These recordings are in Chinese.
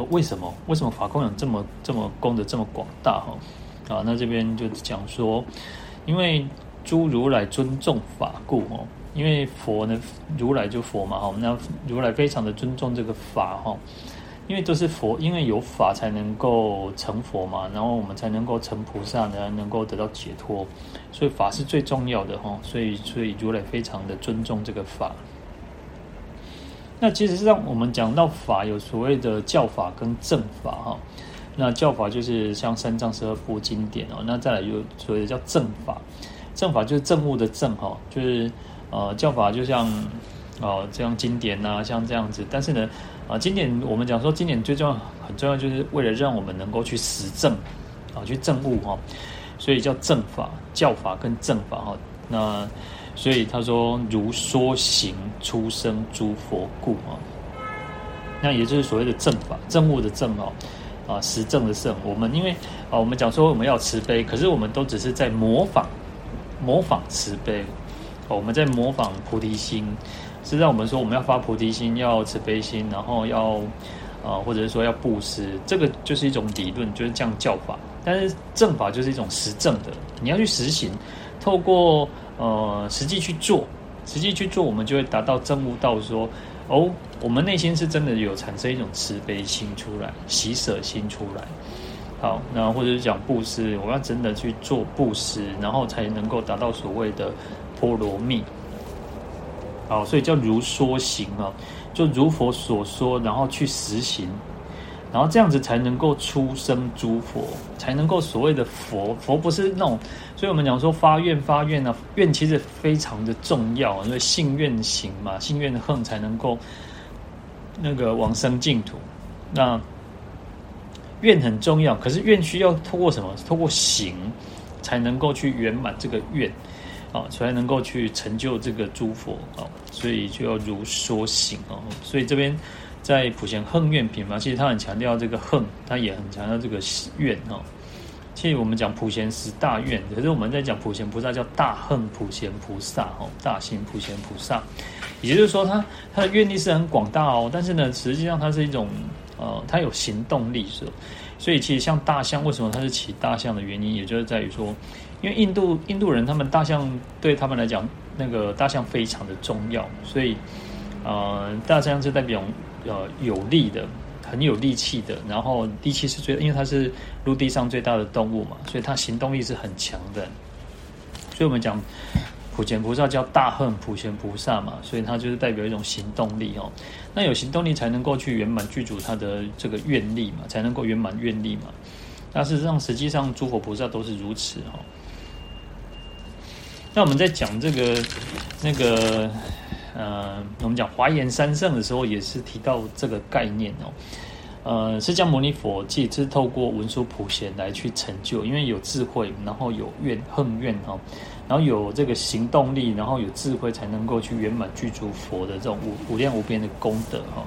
说为什么法供养这么功德这么广大啊？那这边就讲说，因为诸如来尊重法故因为佛呢，如来就佛嘛那如来非常的尊重这个法因为都是佛，因为有法才能够成佛嘛，然后我们才能够成菩萨呢，能够得到解脱，所以法是最重要的所以如来非常的尊重这个法。那其实上我们讲到法有所谓的教法跟正法那教法就是像三藏十二部经典那再来有所谓的叫正法，正法就是正悟的正就是教法就像这样经典像这样子，但是呢经典我们讲说经典最重要很重要，就是为了让我们能够去实证去证悟所以叫正法，教法跟正法那所以他说如说行出生诸佛故那也就是所谓的正法，正悟的正实证的证。我们因为我们讲说我们要慈悲，可是我们都只是在模仿慈悲我们在模仿菩提心。实际上我们说我们要发菩提心，要慈悲心，然后要或者是说要布施，这个就是一种理论，就是这样教法。但是正法就是一种实证的，你要去实行，透过实际去做，我们就会达到证悟到说我们内心是真的有产生一种慈悲心出来，喜舍心出来。好，那或者是讲布施，我要真的去做布施，然后才能够达到所谓的波罗蜜。好，所以叫如说行就如佛所说，然后去实行，然后这样子才能够出生诸佛，才能够所谓的佛不是那种，所以我们讲说发愿愿其实非常的重要，因为信愿行嘛，信愿行才能够那个往生净土。那愿很重要，可是愿需要透过什么？透过行才能够去圆满这个愿才能够去成就这个诸佛所以就要如说行所以这边在普贤行愿品嘛，其实他很强调这个行，他也很强调这个愿其实我们讲普贤十大愿，可是我们在讲普贤菩萨叫大行普贤菩萨大行普贤菩萨，也就是说他的愿力是很广大但是呢，实际上它是一种它有行动力所以其实像大象，为什么它是骑大象的原因，也就是在于说，因为印度人他们大象对他们来讲，那个大象非常的重要，所以大象是代表有力的，很有力气的，然后力气是因为它是陆地上最大的动物嘛，所以它行动力是很强的。所以我们讲普贤菩萨叫大恨普贤菩萨嘛，所以它就是代表一种行动力哦。那有行动力才能够去圆满具足它的这个愿力嘛，才能够圆满愿力嘛。那事实际上诸佛菩萨都是如此哦。那我们在讲这个我们讲华严三圣的时候，也是提到这个概念哦。释迦牟尼佛其实是透过文殊普贤来去成就，因为有智慧，然后有恨愿哈，然后有这个行动力，然后有智慧，才能够去圆满具足佛的这种无量无边的功德哈。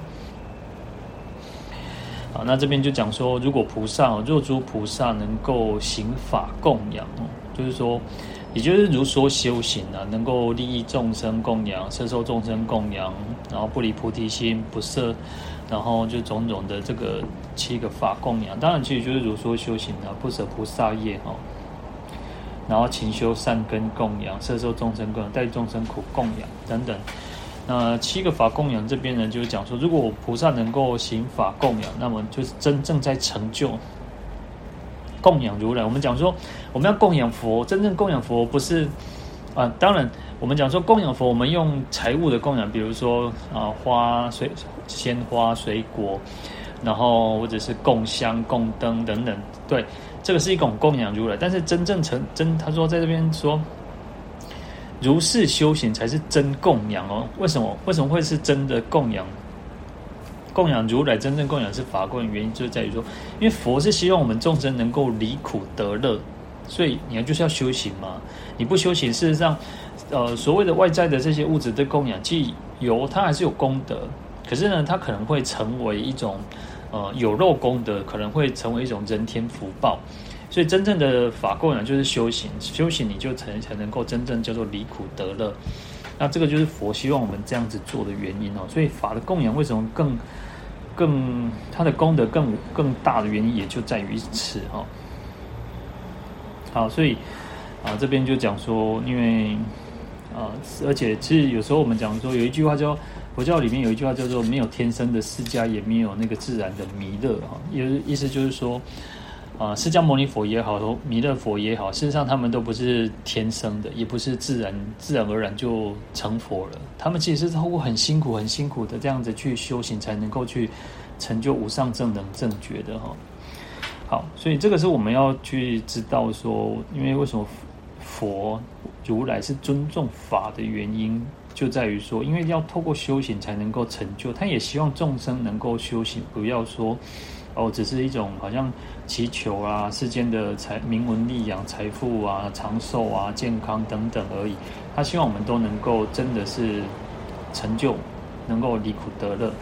好，那这边就讲说，如果若诸菩萨能够行法供养哦，就是说。也就是如说修行啊，能够利益众生供养，摄受众生供养，然后不离菩提心，不摄，然后就种种的这个7个法供养。当然，其实就是如说修行啊，不舍菩萨业哈，然后勤修善根供养，摄受众生供养，代众生苦供养等等。那7个法供养这边呢，就是讲说，如果菩萨能够行法供养，那么就是真正在成就。供养如来，我们讲说我们要供养佛，真正供养佛不是当然我们讲说供养佛，我们用财物的供养，比如说鲜花、水果，然后或者是供香、供灯等等，对，这个是一种供养如来。但是真正他说在这边说，如是修行才是真供养哦。为什么会是真的供养？供养如来，真正供养是法供养，原因就在于说，因为佛是希望我们众生能够离苦得乐，所以你就是要修行嘛。你不修行，事实上，所谓的外在的这些物质的供养，既有它还是有功德，可是呢，它可能会成为一种有漏功德，可能会成为一种人天福报。所以真正的法供养就是修行，修行你就才能够真正叫做离苦得乐。那这个就是佛希望我们这样子做的原因哦。所以法的供养为什么更它的功德更大的原因，也就在于此哈。好，所以这边就讲说，因为而且其实有时候我们讲说，有一句话叫佛教里面有一句话叫做没有天生的释迦，也没有那个自然的弥勒哈。意思就是说，释迦牟尼佛也好，弥勒佛也好，事实上他们都不是天生的，也不是自然而然就成佛了。他们其实是透过很辛苦的这样子去修行，才能够去成就无上正等正觉的哈。好，所以这个是我们要去知道说，因为为什么佛如来是尊重法的原因，就在于说，因为要透过修行才能够成就，他也希望众生能够修行，不要说只是一种好像祈求世间的名闻利养、财富长寿健康等等而已。他希望我们都能够真的是成就，能够离苦得乐。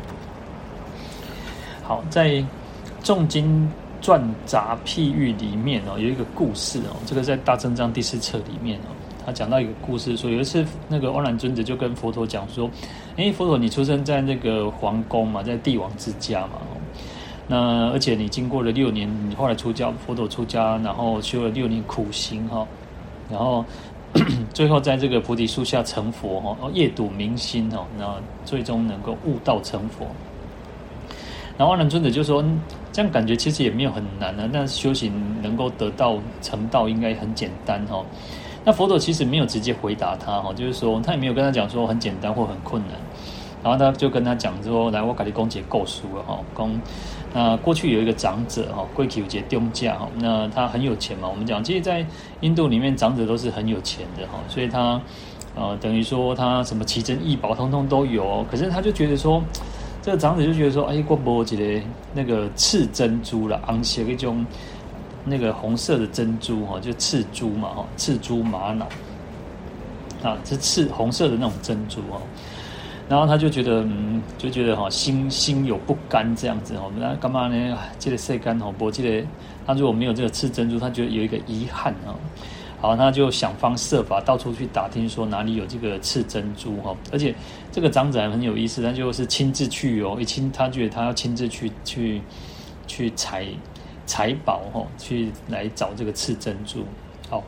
好，在众经传杂譬喻里面有一个故事这个在大正藏第4册里面他讲到一个故事，说有一次那个阿难尊者就跟佛陀讲说，佛陀你出生在那个皇宫嘛，在帝王之家嘛，那而且你经过了6年，你后来出家，佛陀出家，然后修了6年苦行然后最后在这个菩提树下成佛夜睹明心那最终能够悟道成佛。然后阿难尊者就说，这样感觉其实也没有很难那修行能够得到成道应该很简单那佛陀其实没有直接回答他就是说他也没有跟他讲说很简单或很困难，然后他就跟他讲说，来我跟你讲一个故事那过去有一个长者过去有一个中家那他很有钱嘛，我们讲其实在印度里面长者都是很有钱的所以他等于说他什么奇珍异宝通通都有可是他就觉得说，这个长者就觉得说，我没有一个那个赤珍珠啦，红色一种那个红色的珍珠就赤珠嘛赤珠玛瑙是红色的那种珍珠然后他就觉得心有不甘这样子那干嘛呢？这个世间他如果没有这个赤珍珠，他觉得有一个遗憾好，他就想方设法到处去打听说哪里有这个赤珍珠而且这个长者还很有意思，他就是亲自去他觉得他要亲自去采宝去来找这个赤珍珠。好，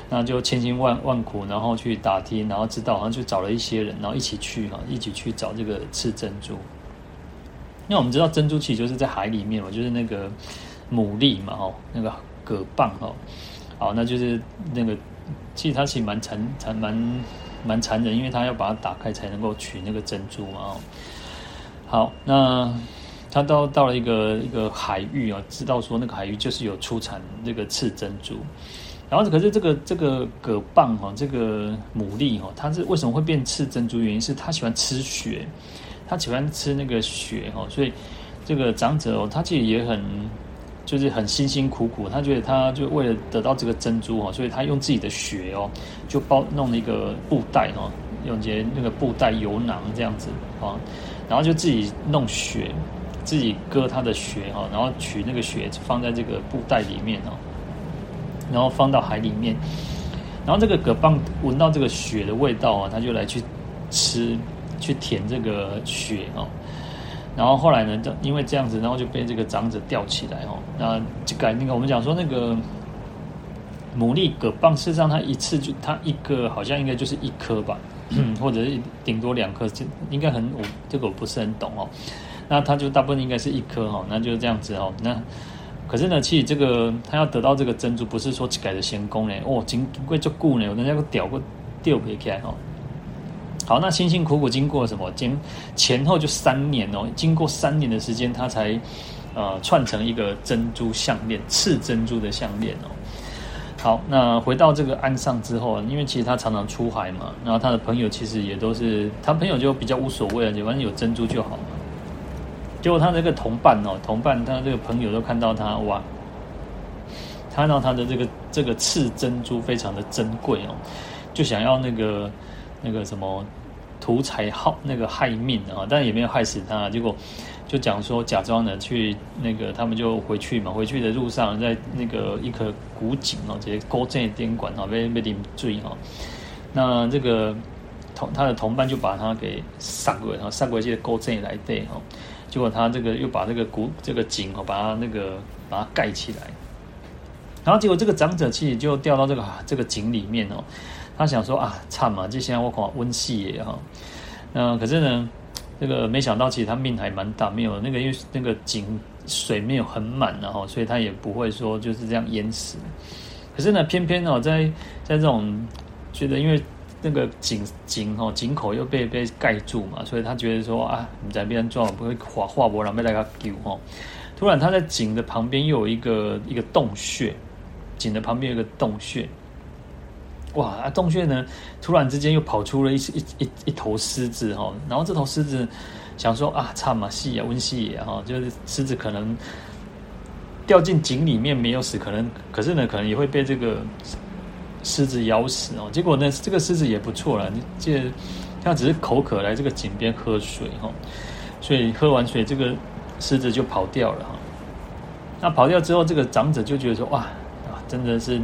那就千辛万苦，然后去打听，然后知道，然后就找了一些人，然后一起去找这个赤珍珠。那我们知道珍珠其实就是在海里面嘛，就是那个牡蛎嘛，那个蛤蚌好，那就是那个，其实它其实蛮残忍，因为它要把它打开才能够取那个珍珠嘛。好，那他到了一个海域知道说那个海域就是有出产这个赤珍珠。然后可是这个蛤蚌这个牡蛎它是为什么会变赤珍珠？原因是它喜欢吃血，它喜欢吃那个血所以这个长者他其实也就是很辛辛苦苦，他觉得他就为了得到这个珍珠所以他用自己的血就弄了一个布袋用那个布袋油囊这样子然后就自己弄血，自己割他的血然后取那个血放在这个布袋里面然后放到海里面，然后这个蛤蚌闻到这个血的味道他就来去吃，去舔这个血然后后来呢，因为这样子，然后就被这个长者吊起来那个我们讲说那个牡蛎蛤蚌，事实上它一次它一个好像应该就是一颗吧，或者是顶多2颗，应该这个我不是很懂那它就大部分应该是一颗那就这样子那。可是呢，其实这个他要得到这个珍珠，不是说一改的先功呢，经过足久呢，人家吊不起来好，那辛辛苦苦经过什么？前后就3年经过3年的时间，他才串成一个珍珠项链，赤珍珠的项链好，那回到这个岸上之后，因为其实他常常出海嘛，然后他的朋友其实也都是，他朋友就比较无所谓了，反正有珍珠就好嘛。结果他这个同伴他这个朋友都看到他哇，看到他的这个赤珍珠非常的珍贵就想要那个什么图财害命但也没有害死他。结果就讲说假装的去他们就回去嘛，回去的路上在那个一颗古井这些古镇典馆被啉水那这个他的同伴就把他给杀过这个古镇来对结果他又把这个井把它盖起来，然后结果这个长者其实就掉到这个井里面他想说惨嘛，这现在我看温系耶可是呢，这个没想到其实他命还蛮大，没有因为那个井水没有很满所以他也不会说就是这样淹死。可是呢，偏偏在这种觉得因为那个井口又被盖住嘛，所以他觉得说你在边撞不会化不然被大家救突然他在井的旁边又有一个洞穴，井的旁边有一个洞穴，哇！洞穴呢，突然之间又跑出了一头狮子然后这头狮子想说惨嘛，死啊，温死也就是狮子可能掉进井里面没有死，可是呢，可能也会被这个狮子咬死结果呢，这个狮子也不错了，它只是口渴来这个井边喝水所以喝完水，这个狮子就跑掉了那跑掉之后，这个长者就觉得说真的是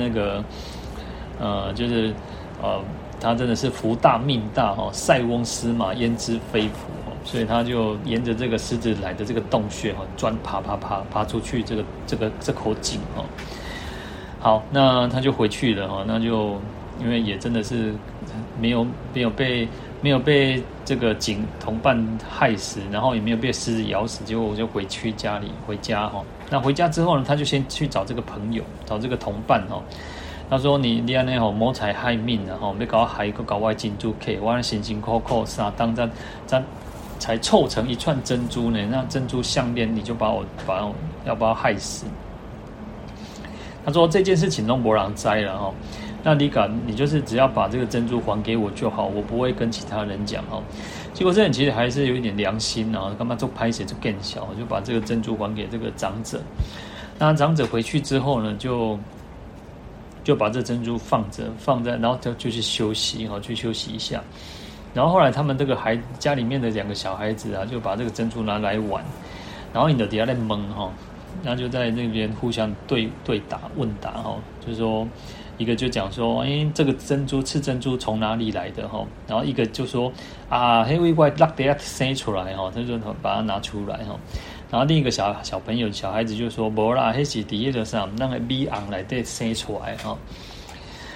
就是他真的是福大命大塞翁失马焉知非福所以他就沿着这个狮子来的这个洞穴爬出去这口井好，那他就回去了那就因为也真的是没有被这个井同伴害死，然后也没有被狮子咬死，结果我就回家那回家之后呢，他就先去找这个朋友，找这个同伴他说你这样谋财害命要搞我害个搞我珍珠客，我辛辛苦苦3当才凑成一串珍珠呢，那珍珠项链你就要把我害死。他说这件事情都没人知了那你就是只要把这个珍珠还给我就好，我不会跟其他人讲结果这人其实还是有一点良心干嘛做拍摄就更小，就把这个珍珠还给这个长者。那长者回去之后呢，就把这珍珠放在，然后就去休息去休息一下。然后后来他们这个家里面的2个小孩子就把这个珍珠拿来玩，然后你的底下在蒙然后就在那边互相对打问答就是说一个就讲说这个赤珍珠从哪里来的然后一个就说那位我落地下生出来他就把它拿出来然后另一个小孩子就说没啦，那是在那个米甕里面生出来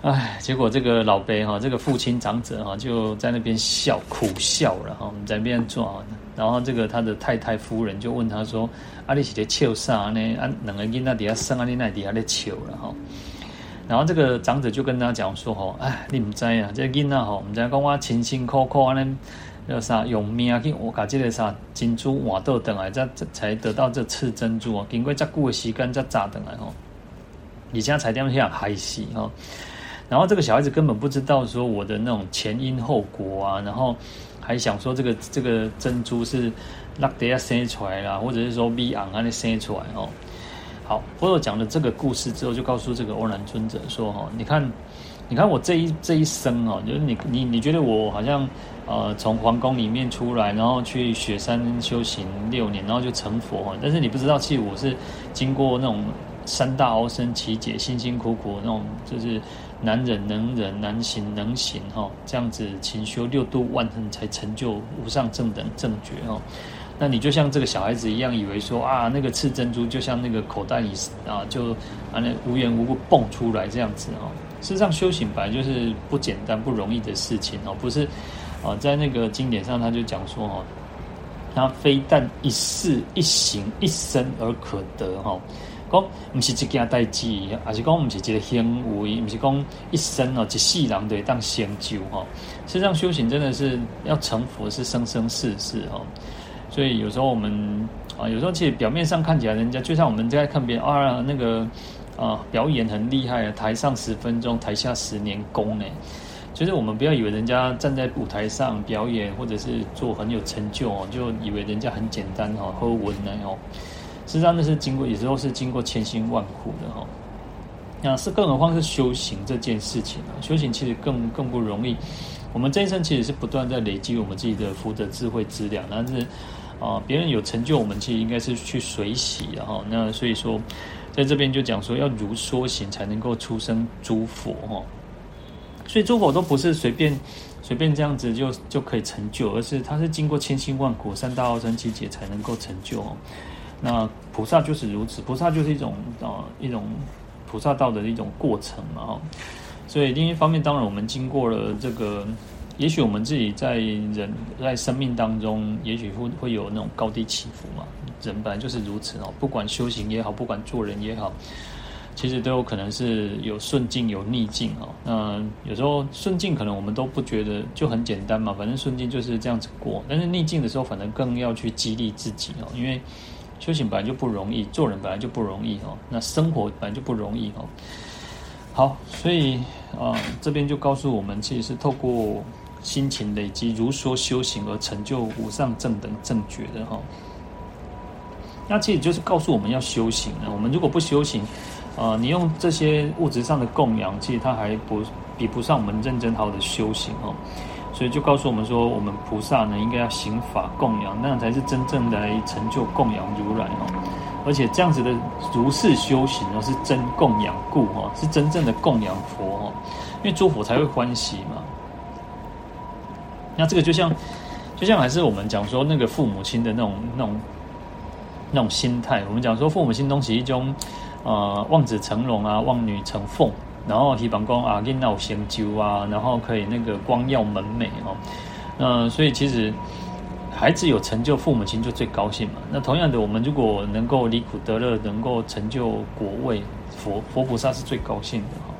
哎，结果这个老伯哈，这个父亲长者哈，就在那边苦笑了哈，我们在那边做，然后这个他的太太夫人就问他说：“啊，你是在笑啥呢？啊，两个囡仔底下生啊，你那底下在笑了哈。”然后这个长者就跟他讲说：“哈，哎，你唔知啊，这囡仔哈，唔知讲我辛辛苦苦安尼叫啥用命去我把这个啥珍珠换倒回来，才得到这次珍珠哦，经过这久的时间才炸回来哈，而且才点样害死哈。”然后这个小孩子根本不知道说我的那种前因后果啊，然后还想说这个珍珠是拉底下生出来啦，或者是说米昂啊那生出来哦。好，佛陀讲了这个故事之后，就告诉这个欧南尊者说哈，你看我这一生哦，就是你觉得我好像从皇宫里面出来，然后去雪山修行6年，然后就成佛哈，但是你不知道，其实我是经过那种3大熬生奇劫，辛辛苦苦那种就是难忍能忍，难行能行哈，这样子勤修6度万恨才成就无上正等正觉哈。那你就像这个小孩子一样，以为说啊，那个赤珍珠就像那个口袋里啊，就那无缘无故蹦出来这样子哈。事实上，修行本来就是不简单、不容易的事情哦，不是在那个经典上他就讲说哈，他非但一事一行一生而可得哈。讲不是一件代志，也是讲不是一个行为，不是讲一生一世人就会当成就哈。事实上，修行真的是要成佛，是生生世世哈。所以有时候我们有时候其实表面上看起来，人家就像我们在看别人那个表演很厉害啊，台上10分钟，台下10年功呢。就是我们不要以为人家站在舞台上表演，或者是做很有成就哦，就以为人家很简单哦，喝文呢哦。事实上那是有时候是经过千辛万苦的哈。那是更何况是修行这件事情啊，修行其实更不容易。我们这一生其实是不断在累积我们自己的福德智慧资粮，但是别人有成就，我们其实应该是去随喜的哈。那所以说，在这边就讲说要如说行才能够出生诸佛哈。所以诸佛都不是随便这样子就可以成就，而是它是经过千辛万苦、3大熬生奇劫才能够成就哦。那菩萨就是如此，菩萨就是一种菩萨道的一种过程嘛哈。所以另一方面，当然我们经过了这个，也许我们自己在生命当中，也许会有那种高低起伏嘛。人本来就是如此哦，不管修行也好，不管做人也好，其实都有可能是有顺境有逆境哦。那有时候顺境可能我们都不觉得就很简单嘛，反正顺境就是这样子过。但是逆境的时候，反正更要去激励自己哦，因为修行本来就不容易，做人本来就不容易哦，那生活本来就不容易哦。好，所以这边就告诉我们，其实是透过辛勤累积，如说修行而成就无上正等正觉的哈。那其实就是告诉我们要修行了。我们如果不修行，你用这些物质上的供养，其实它还比不上我们认真好的修行哦。所以就告诉我们说，我们菩萨呢应该要行法供养，那样才是真正的来成就供养如来哦。而且这样子的如是修行呢，是真供养故哈，是真正的供养佛哈，因为诸佛才会欢喜嘛。那这个就像还是我们讲说那个父母亲的那种心态，我们讲说父母亲东西一种望子成龙啊，望女成凤，然后希望讲囡仔有成就啊，然后可以那个光耀门楣哦。所以其实孩子有成就，父母亲就最高兴嘛。那同样的，我们如果能够离苦得乐，能够成就果位，佛菩萨是最高兴的哈。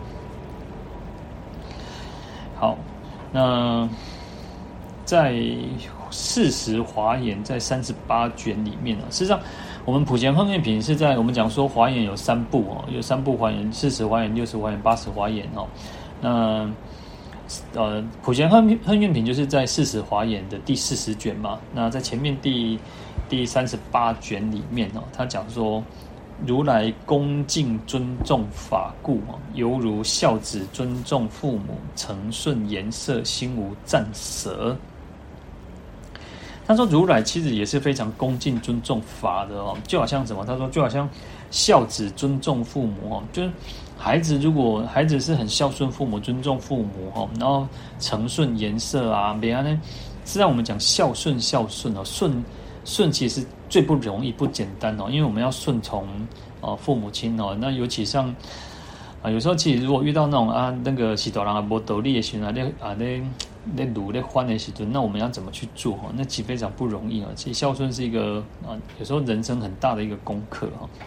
好，那在40华严在38卷里面事实上我们普贤行愿品是在我们讲说华严有3部哦，有3部华严，40华严、60华严、80华严哦。那普贤行愿品就是在40华严的第40卷嘛。那在前面第38卷里面他讲说如来恭敬尊重法故犹如孝子尊重父母，承顺颜色，心无暂舍。他说如来其实也是非常恭敬尊重法的就好像什么？他说就好像孝子尊重父母就是孩子是很孝顺父母，尊重父母然后承顺颜色啊，别呢是让我们讲孝顺顺其实最不容易不简单因为我们要顺从父母亲那尤其像有时候其实如果遇到那种那个是大人啊无道理的时候在努在欢的时候，那我们要怎么去做那其实非常不容易其实孝顺是一个有时候人生很大的一个功课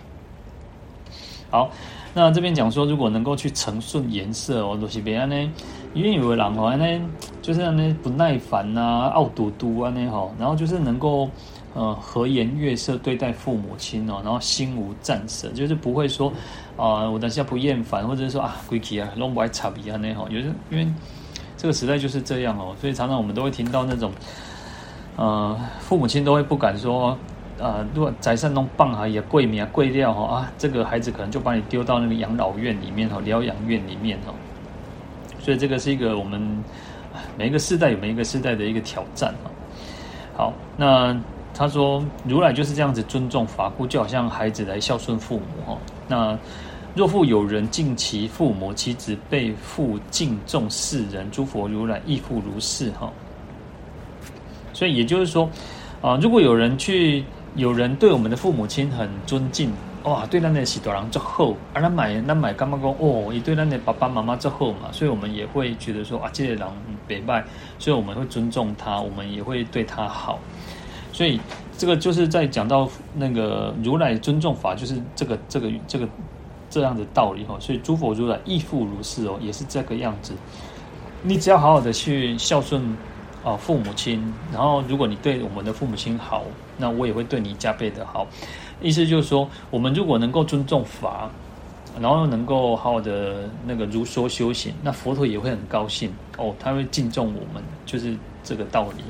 好，那这边讲说，如果能够去承顺颜色就是别安呢，因为有的人安呢就是安呢不耐烦傲嘟嘟安呢然后就是能够和颜悦色对待父母亲然后心无战色，就是不会说我等下不厌烦，或者是说规矩都不爱插鼻安呢有时因为这个时代就是这样所以常常我们都会听到那种父母亲都会不敢说如果财产弄棒也贵名贵掉这个孩子可能就把你丢到那个养老院里面疗养院里面所以这个是一个我们每一个世代有每一个世代的一个挑战好，那他说如来就是这样子尊重法故，就好像孩子来孝顺父母那若复有人敬其父母，其子被父敬重世人，诸佛如来亦复如是所以也就是说如果有人对我们的父母亲很尊敬对咱的是大人很好咱买干嘛讲也对咱的爸爸妈妈很好嘛，所以我们也会觉得说这个人不错，所以我们会尊重他，我们也会对他好。所以这个就是在讲到那个如来尊重法，就是这样的道理所以诸佛如来亦复如是也是这个样子。你只要好好的去孝顺父母亲，然后如果你对我们的父母亲好，那我也会对你加倍的好。意思就是说，我们如果能够尊重法，然后能够好好的那个如说修行，那佛陀也会很高兴他会敬重我们，就是这个道理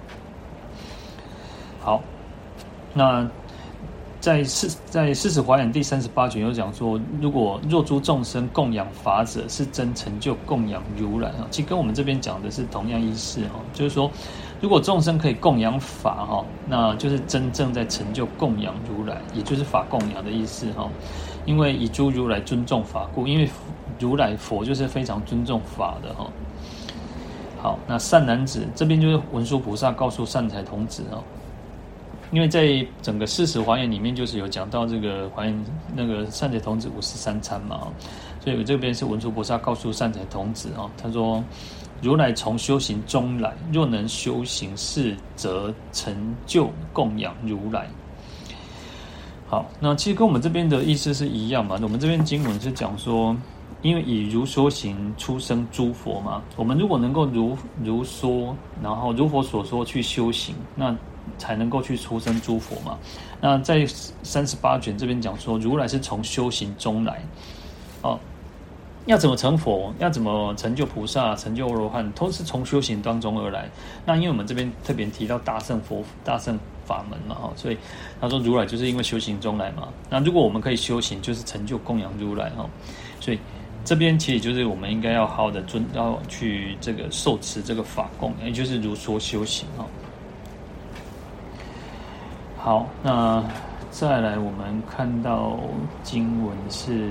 好，那在四十华严第38卷有讲说，若诸众生供养法者，是真成就供养如来其实跟我们这边讲的是同样意思就是说，如果众生可以供养法那就是真正在成就供养如来，也就是法供养的意思因为以诸如来尊重法故，因为如来佛就是非常尊重法的好，那善男子这边就是文殊菩萨告诉善财童子因为在整个40华严里面，就是有讲到这个华严那个善财童子53参嘛所以这边是文殊菩萨告诉善财童子他说：如来从修行中来，若能修行是，则成就供养如来。好，那其实跟我们这边的意思是一样嘛。我们这边经文是讲说，因为以如说行出生诸佛嘛，我们如果能够如说，然后如佛所说去修行，那才能够去出生诸佛嘛。那在38卷这边讲说，如来是从修行中来，要怎么成佛，要怎么成就菩萨、成就阿罗汉，都是从修行当中而来。那因为我们这边特别提到大乘法门嘛，所以他说如来就是因为修行中来嘛。那如果我们可以修行，就是成就供养如来所以这边其实就是我们应该要好好的要去这个受持这个法供，也就是如说修行好，那再来我们看到经文是：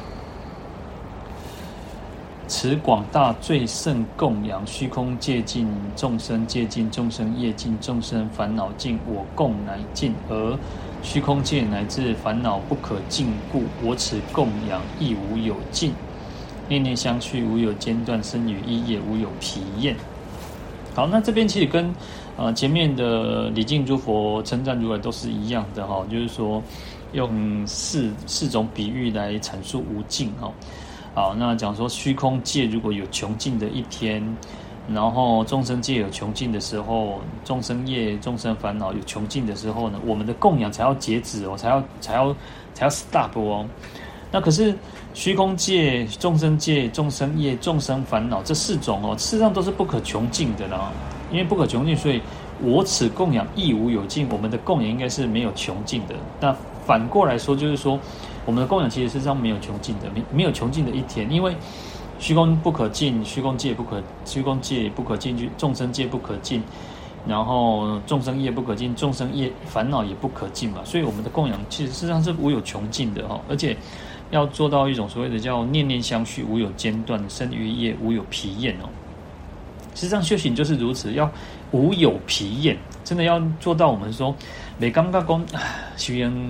此广大最胜供养，虚空界尽，众生界尽，众生业尽，众生烦恼尽，我供乃尽，而虚空界乃至烦恼不可尽故，我此供养亦无有尽。念念相续，无有间断；生于一业，无有疲厌。好，那这边其实跟前面的礼敬诸佛、称赞如来都是一样的就是说用四种比喻来阐述无尽好，那讲说虚空界如果有穷尽的一天，然后众生界有穷尽的时候，众生业、众生烦恼有穷尽的时候呢，我们的供养才要截止才要 stop 那可是虚空界、众生界、众生业、众生烦恼这4种事实上都是不可穷尽的啦。因为不可穷尽，所以我此供养亦无有尽。我们的供养应该是没有穷尽的。那反过来说，就是说我们的供养其实事实上没有穷尽的，没有穷尽的一天。因为虚空不可尽，虚空界不可尽，众生界不可尽，然后众生业不可尽，众生业烦恼也不可尽嘛。所以我们的供养其实事实上是无有穷尽的而且要做到一种所谓的叫念念相续，无有间断，生于业，无有疲厌事实上修行就是如此，要无有疲厌，真的要做到我们说每刚刚讲修行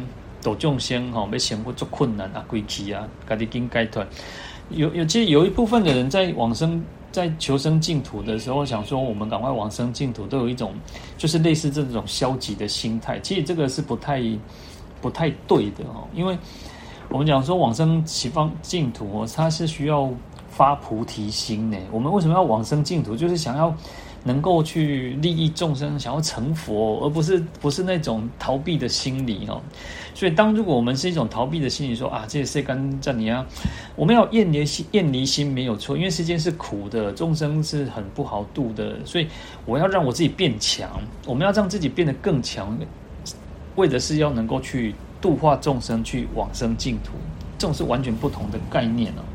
度众生要生活做困难啊，归期啊，家己紧解脱。其实有一部分的人在往生。在求生净土的时候，想说我们赶快往生净土，都有一种就是类似这种消极的心态。其实这个是不太对的哦，因为我们讲说往生西方净土哦，它是需要发菩提心呢。我们为什么要往生净土？就是想要能够去利益众生，想要成佛，而不是那种逃避的心理哦。所以如果我们是一种逃避的心理，说啊，这些世间在你啊，我们要厌离心没有错，因为世间是苦的，众生是很不好度的，所以我要让我自己变强，我们要让自己变得更强，为的是要能够去度化众生，去往生净土，这种是完全不同的概念哦。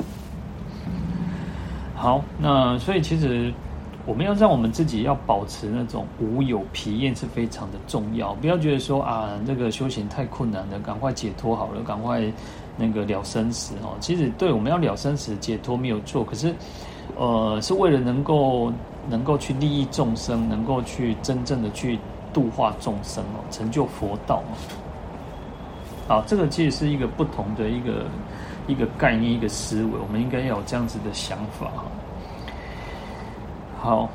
好，那所以其实。我们要让我们自己要保持那种无有疲厌是非常的重要，不要觉得说啊，这个修行太困难了，赶快解脱好了，赶快那个了生死哦。其实对，我们要了生死解脱没有错，可是是为了能够去利益众生，能够去真正的去度化众生哦，成就佛道哦。好，这个其实是一个不同的一个概念，一个思维，我们应该要有这样子的想法哈。好，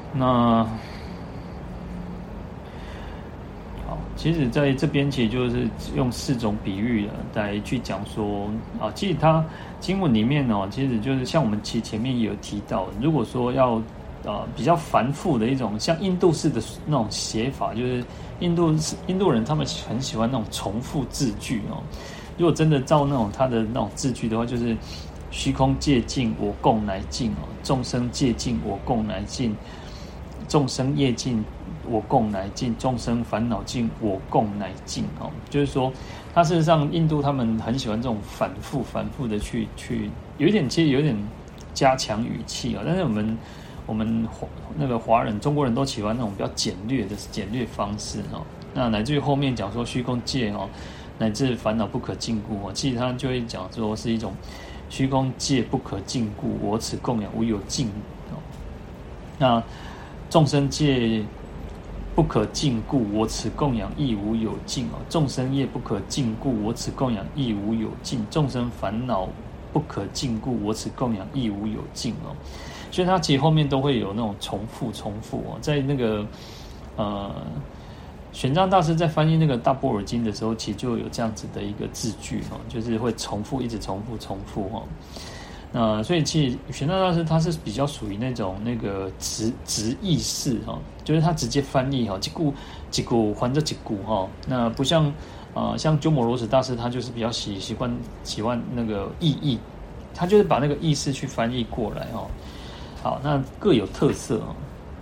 其实在这边其实就是用4种比喻来去讲说啊，其实它经文里面哦，其实就是像我们前面也有提到，如果说要比较繁复的一种，像印度式的那种写法，就是印度人他们很喜欢那种重复字句哦。如果真的照那种他的那种字句的话，就是虚空界尽，我共来尽哦；众生界尽，我共来尽；众生业尽，我共来尽；众生烦恼尽，我共来尽哦。就是说，他事实上印度他们很喜欢这种反复的去，其实有点加强语气哦。但是我们那个华人、中国人都喜欢那种比较简略方式哦。那乃至于后面讲说虚空界哦，乃至烦恼不可禁锢哦，其实他就会讲说是一种。虚空界不可禁锢，我此供养无有尽哦。那众生界不可禁锢，我此供养亦无有尽哦。众生业不可禁锢，我此供养亦无有尽。众生烦恼不可禁锢，我此供养亦无有尽哦。所以它其实后面都会有那种重复哦，在那个玄奘大师在翻译那个大般若经的时候，其实就有这样子的一个字句哦，就是会一直重复哦。那所以其实玄奘大师他是比较属于那个直译式哈，就是他直接翻译哈，一股还着一股哈。那不像像鸠摩罗什大师，他就是比较喜欢那个意译，他就是把那个意思去翻译过来哦。好，那各有特色哦。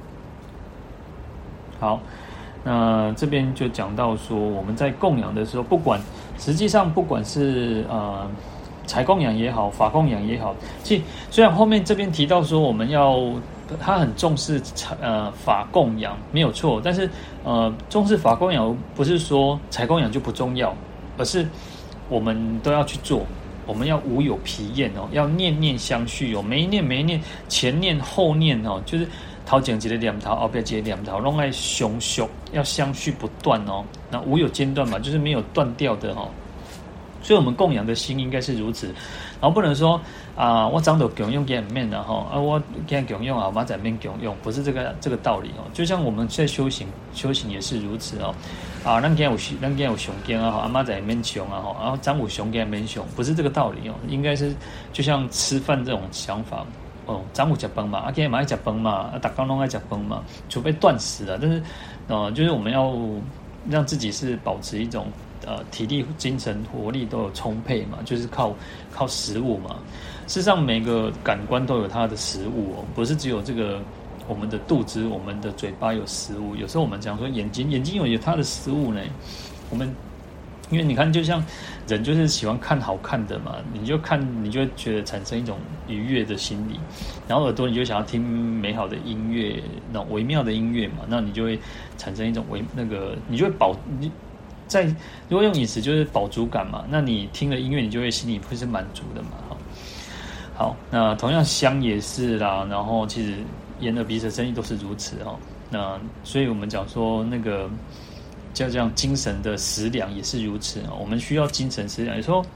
好。那这边就讲到说，我们在供养的时候，实际上不管是财供养也好，法供养也好，其实虽然后面这边提到说他很重视法供养没有错，但是重视法供养不是说财供养就不重要，而是我们都要去做，我们要无有疲厌哦，要念念相续哦，每一念前念后念哦，就是头前一个念头，后边一个念头，拢爱相续，要相续不断哦。那无有间断嘛，就是没有断掉的哦。所以，我们供养的心应该是如此，然后不能说我长到供用给面了哈，我给供用啊，马仔面供用，不是这个道理哦。就像我们在修行也是如此哦。咱有熊根啊，阿妈仔面熊啊，然后长有熊根面熊，不是这个道理哦。应该是就像吃饭这种想法。哦，长有吃饭嘛，今天嘛爱吃饭嘛，大家拢爱吃饭嘛，除非断食了。但是，就是我们要让自己是保持一种体力、精神、活力都有充沛嘛，就是靠食物嘛。事实上，每个感官都有它的食物哦，不是只有这个我们的肚子、我们的嘴巴有食物。有时候我们讲说眼睛有它的食物呢，我们。因为你看，就像人就是喜欢看好看的嘛，你就会觉得产生一种愉悦的心理，然后耳朵你就想要听美好的音乐，那种微妙的音乐嘛，那你就会产生一种你就会如果用饮食就是饱足感嘛，那你听了音乐，你就会心里会是满足的嘛。好，那同样香也是啦，然后其实眼耳鼻舌身意都是如此哦。那所以我们讲说那个叫这样精神的食粮也是如此啊。我们需要精神食粮，有时候，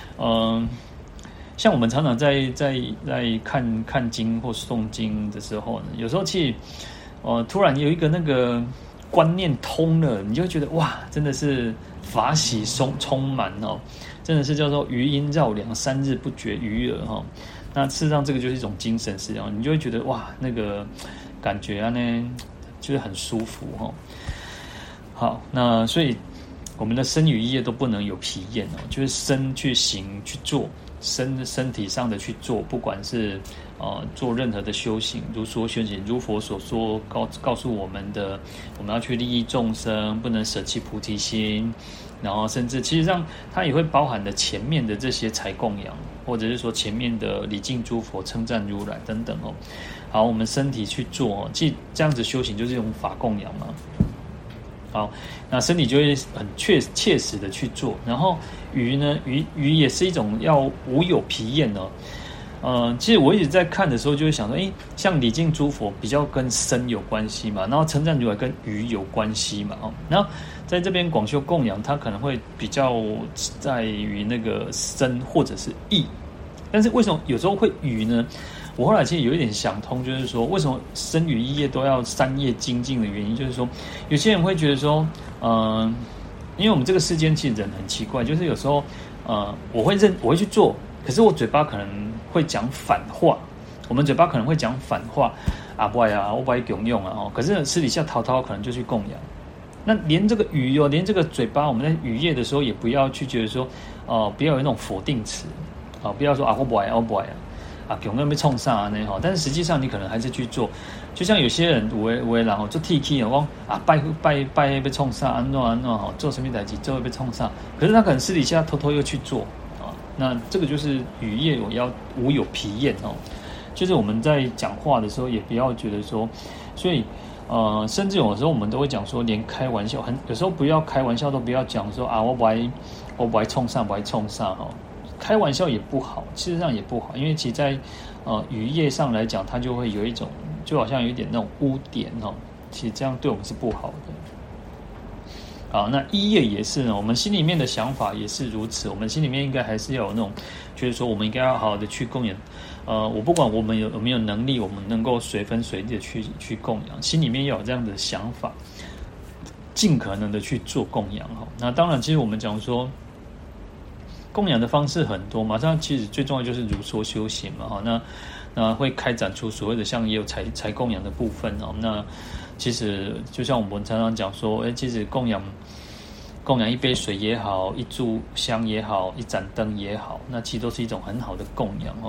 像我们常常在看经或诵经的时候呢，有时候其实，突然有一个那个观念通了，你就会觉得哇，真的是法喜充满哦，真的是叫做余音绕梁，3日不绝于耳哈。那事实上这个就是一种精神食粮，你就会觉得哇，那个感觉啊呢，就是很舒服哈。好，那所以我们的身语意业都不能有疲厌哦，就是身去行去做，身体上的去做，不管是做任何的修行，如说修行，如佛所说，告诉我们的，我们要去利益众生，不能舍弃菩提心，然后甚至其实上它也会包含的前面的这些财供养，或者是说前面的礼敬诸佛、称赞如来等等哦。好，我们身体去做哦，即这样子修行就是一种法供养嘛。好，那身体就会很切实的去做，然后鱼呢，鱼也是一种要无有疲厌哦。其实我一直在看的时候，就会想说，像礼敬诸佛比较跟身有关系嘛，然后称赞如来跟鱼有关系嘛，然后在这边广修供养，它可能会比较在于那个身或者是意，但是为什么有时候会鱼呢？我后来其实有一点想通，就是说为什么身语意业都要3业精进的原因，就是说有些人会觉得说，因为我们这个世间其实人很奇怪，就是有时候我会去做，可是我嘴巴可能会讲反话，我们嘴巴可能会讲反话啊，不啊，我不爱供用啊，可是私底下滔滔可能就去供养。那连这个语连这个嘴巴，我们在语业的时候也不要去觉得说，不要有那种否定词啊，不要说啊我不爱啊，我不爱啊，有没有被冲上啊？那哈，但是实际上你可能还是去做，就像有些人有然后做 TK 啊，啊拜被冲上，安诺哈，做什么代志就会被冲上，可是他可能私底下偷偷又去做啊，那这个就是语业我要无有疲厌哦，就是我们在讲话的时候也不要觉得说，所以甚至有时候我们都会讲说，连开玩笑有时候不要开玩笑都不要讲说啊，我不爱冲上哈。开玩笑也不好，事实上也不好，因为其实在语业上来讲，它就会有一种，就好像有一点那种污点哦，其实这样对我们是不好的。好，那意业也是呢，我们心里面的想法也是如此，我们心里面应该还是要有那种，就是说我们应该要好好的去供养。我不管我们有没有能力，我们能够随分随地的去供养，心里面要有这样的想法，尽可能的去做供养哈。那当然，其实我们讲说，供养的方式很多嘛，但其实最重要就是如说修行嘛，哈，那会开展出所谓的像也有财供养的部分哦。那其实就像我们常常讲说，其实供养一杯水也好，一炷香也好，一盏灯也好，那其实都是一种很好的供养哦。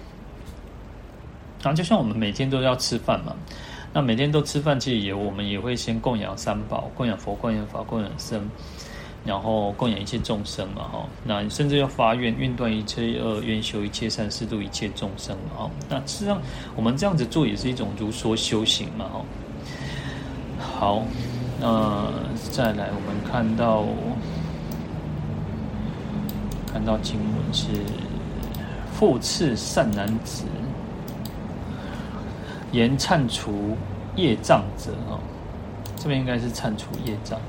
然后就像我们每天都要吃饭嘛，那每天都吃饭，其实我们也会先供养三宝，供养佛，供养法，供养僧。然后供养一切众生嘛，那甚至要发愿断一切恶，愿修一切善，示度一切众生嘛，那事实上我们这样子做也是一种如说修行嘛，好，再来我们看到经文是复次善男子，言忏除业障者这边应该是忏除业障。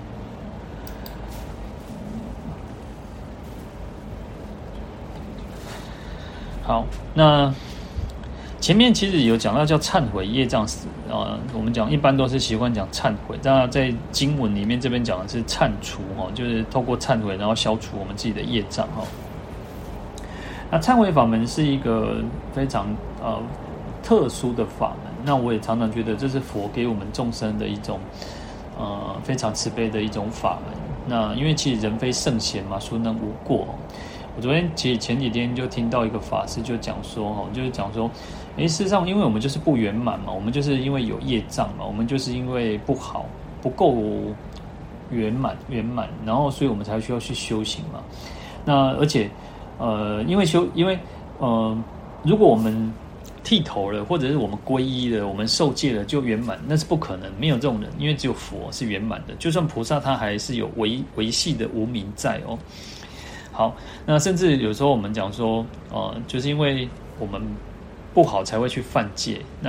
好，那前面其实有讲到叫忏悔业障我们讲一般都是习惯讲忏悔，当然在经文里面这边讲的是忏除就是透过忏悔然后消除我们自己的业障那忏悔法门是一个非常特殊的法门，那我也常常觉得这是佛给我们众生的一种非常慈悲的一种法门。那因为其实人非圣贤嘛，孰能无过我昨天其实前几天就听到一个法师就讲说事实上因为我们就是不圆满嘛，我们就是因为有业障嘛，我们就是因为不好不够圆满，然后所以我们才需要去修行嘛。那而且因为如果我们剃头了，或者是我们皈依了，我们受戒了就圆满，那是不可能，没有这种人，因为只有佛是圆满的，就算菩萨他还是有维系的无明在好，那甚至有时候我们讲说，就是因为我们不好才会去犯戒。那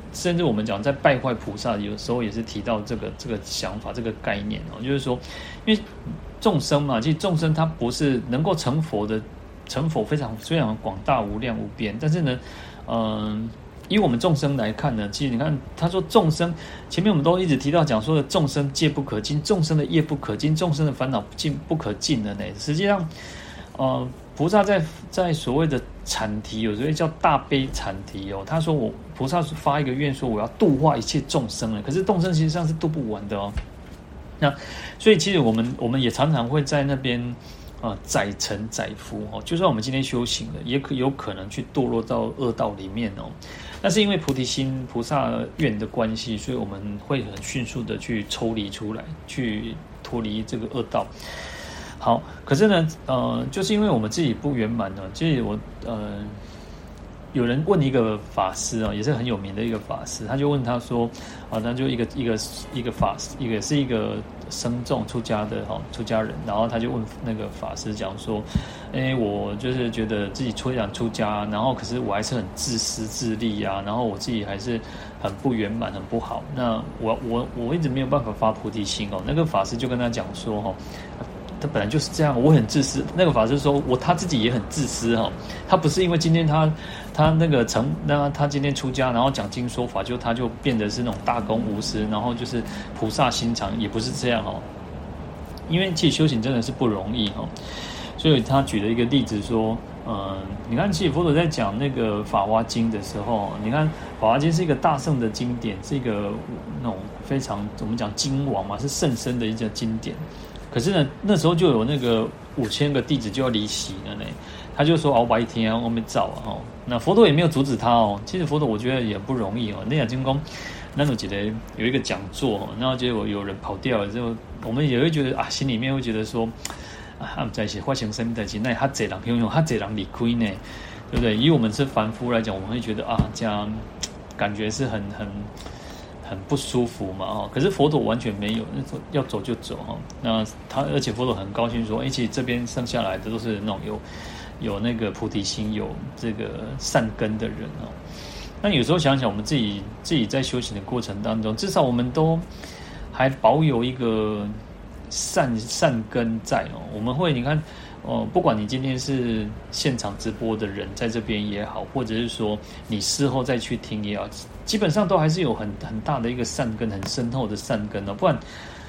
甚至我们讲在拜坏菩萨，有时候也是提到这个想法、这个概念哦，就是说，因为众生嘛，其实众生他不是能够成佛的，成佛非常广大无量无边，但是呢，以我们众生来看呢，其实你看他说众生，前面我们都一直提到讲说的众生戒不可尽，众生的业不可尽，众生的烦恼不可尽的呢。实际上，菩萨在所谓的阐提，有时候叫大悲阐提哦。他说菩萨发一个愿说我要度化一切众生了，可是众生实际上是度不完的哦。那所以其实我们也常常会在那边载沉载浮哦。就算我们今天修行了，也有可能去堕落到恶道里面哦。那是因为菩提心、菩萨愿的关系，所以我们会很迅速的去抽离出来，去脱离这个恶道。好，可是呢，就是因为我们自己不圆满呢，其实有人问一个法师啊，也是很有名的一个法师，他就问他说，那就一个法师，是一个僧众出家出家人，然后他就问那个法师讲说，我就是觉得自己出家，然后可是我还是很自私自利啊，然后我自己还是很不圆满，很不好，那我一直没有办法发菩提心哦。那个法师就跟他讲说他本来就是这样，我很自私。那个法师说，他自己也很自私哈。他不是因为今天他他今天出家，然后讲经说法，他就变得是那种大公无私，然后就是菩萨心肠，也不是这样哦。因为其实修行真的是不容易哈。所以他举了一个例子说，你看，其实佛陀在讲那个《法华经》的时候，你看《法华经》是一个大圣的经典，是一个那种非常我们讲经王嘛，是甚深的一个经典。可是呢，那时候就有那个5000个弟子就要离席了呢。他就说：“白天我们造啊！”那佛陀也没有阻止他哦。其实佛陀我觉得也不容易哦。那经公那种有一个讲座，然后结果有人跑掉了，之后我们也会觉得心里面会觉得说，在一起发生什么事情，那他这人拥有，他这人离开呢，对不对？以我们是凡夫来讲，我们会觉得这样感觉是很不舒服嘛可是佛陀完全没有，要走就走那而且佛陀很高兴说，其实这边剩下来的都是那种有那个菩提心、有这个善根的人那有时候想想，我们自己在修行的过程当中，至少我们都还保有一个善根在我们会你看不管你今天是现场直播的人在这边也好，或者是说你事后再去听也好，基本上都还是有很大的一个善根，很深厚的善根不然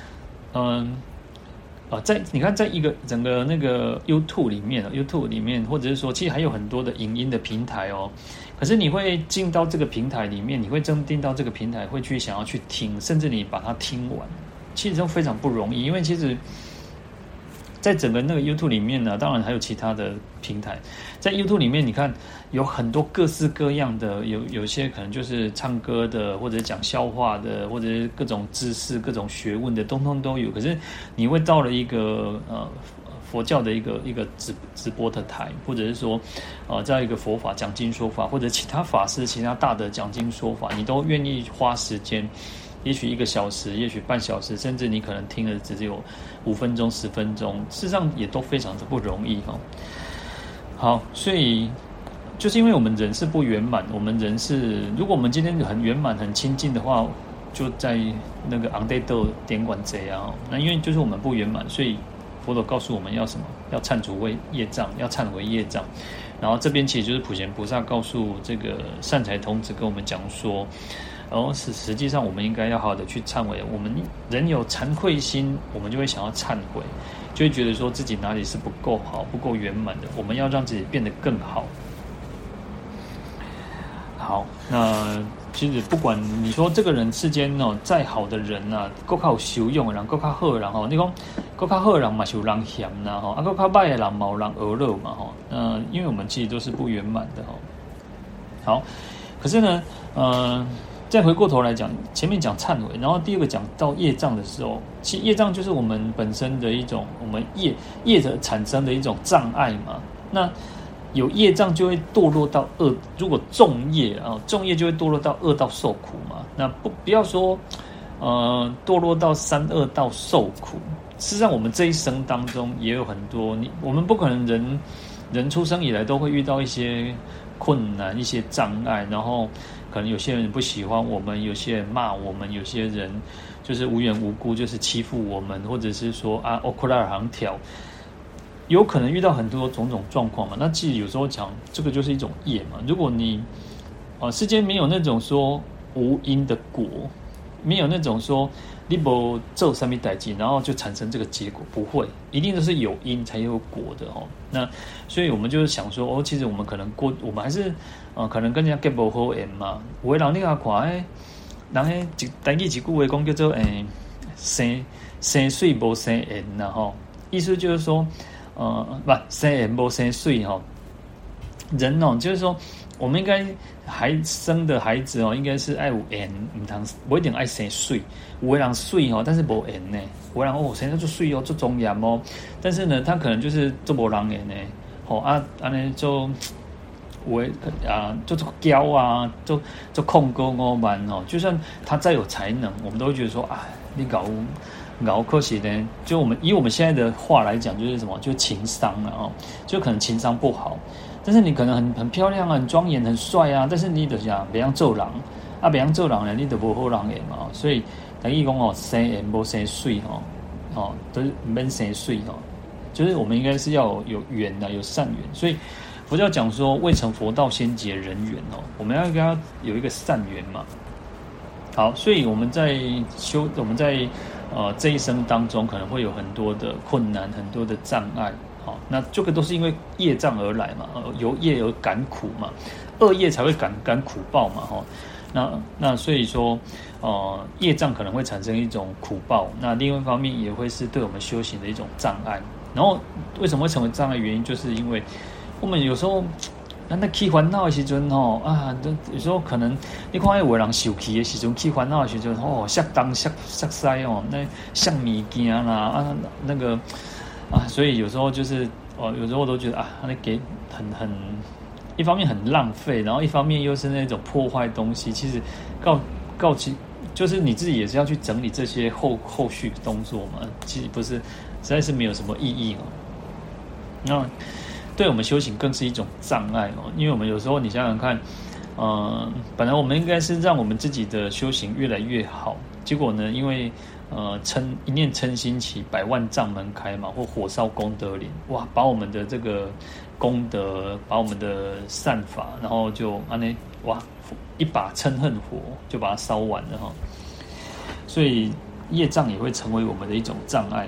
你看在一个整个那个 YouTube 里面，或者是说其实还有很多的影音的平台可是你会进到这个平台里面，你会真进到这个平台会去想要去听，甚至你把它听完，其实都非常不容易。因为其实在整个那个 YouTube 里面呢，当然还有其他的平台，在 YouTube 里面你看有很多各式各样的，有些可能就是唱歌的，或者讲笑话的，或者是各种知识、各种学问的，通通都有。可是你会到了一个佛教的一个直播的台，或者是说在一个佛法讲经说法，或者其他法师、其他大德讲经说法，你都愿意花时间。也许1个小时，也许半小时，甚至你可能听了只有5分钟、10分钟，事实上也都非常的不容易好，所以就是因为我们人是不圆满，我们人是，如果我们今天很圆满、很亲近的话，就在那个昂代斗点管贼那因为就是我们不圆满，所以佛陀告诉我们要什么？要忏除业障，要忏悔业障。然后这边其实就是普贤菩萨告诉这个善财童子跟我们讲说。实际上我们应该要好好的去忏悔。我们人有惭愧心，我们就会想要忏悔，就会觉得说自己哪里是不够好、不够圆满的，我们要让自己变得更好。好，那其实不管你说这个人世间再好的人够较有修养的人，够较好的人你讲够较好的人嘛是有人嫌够较歹的人嘛有人讹漏嘛因为我们其实都是不圆满的好，可是呢再回过头来讲，前面讲忏悔，然后第二个讲到业障的时候，其实业障就是我们本身的一种，我们业的产生的一种障碍嘛。那有业障就会堕落到恶，如果重业重业就会堕落到恶道受苦嘛。那不要说堕落到3恶道受苦，事实上我们这一生当中也有很多，我们不可能人出生以来都会遇到一些困难、一些障碍，然后可能有些人不喜欢我们，有些人骂我们，有些人就是无缘无故就是欺负我们，或者是说啊欧克拉尔行条，有可能遇到很多种种状况嘛。那其实有时候讲这个就是一种业嘛。如果你世间没有那种说无因的果，没有那种说你没做什么代志，然后就产生这个结果，不会，一定都是有因才有果的哦。那所以我们就是想说，其实我们可能我们还是可能跟人家结不好缘嘛。有的人你看人台语一句话讲叫做生水无生缘呐吼，意思就是说不生缘无生水吼。人就是说，我们应该生的孩子应该是爱有缘，不一定爱生水。有的人水但是无缘呢。有的人生得就水做庄严但是呢，他可能就是做无人缘呢。安尼就就骄啊，就控高傲慢就算他再有才能，我们都会觉得说你搞可惜呢。就以我们现在的话来讲，就是什么，就情商了就可能情商不好。但是你可能很漂亮啊，很庄严，很帅啊，但是你就想别样做人别样做人呢，你就不好人缘嘛。所以等于讲生缘无生水都是免生水就是我们应该是要有缘的，有善缘。所以佛教讲说，未成佛道先结人缘我们要跟他有一个善缘嘛。好，所以我们在这一生当中，可能会有很多的困难，很多的障碍。那这个都是因为业障而来嘛，由业而感苦嘛，恶业才会感苦报嘛，那所以说，业障可能会产生一种苦报，那另外一方面也会是对我们修行的一种障碍。然后为什么会成为障碍？原因就是因为我们有时候那起烦恼的时阵有时候可能你看有的人受气的时阵，起烦恼的时阵摔东摔西那像物件啦那个。所以有时候就是有时候我都觉得那给很一方面很浪费，然后一方面又是那种破坏东西。其实告其就是你自己也是要去整理这些后续动作嘛，其实不是，实在是没有什么意义那对我们修行更是一种障碍因为我们有时候你想想看，本来我们应该是让我们自己的修行越来越好，结果呢，因为一念嗔心起，百万障门开嘛，或火烧功德林，哇，把我们的这个功德，把我们的善法，然后就一把嗔恨火就把它烧完了所以业障也会成为我们的一种障碍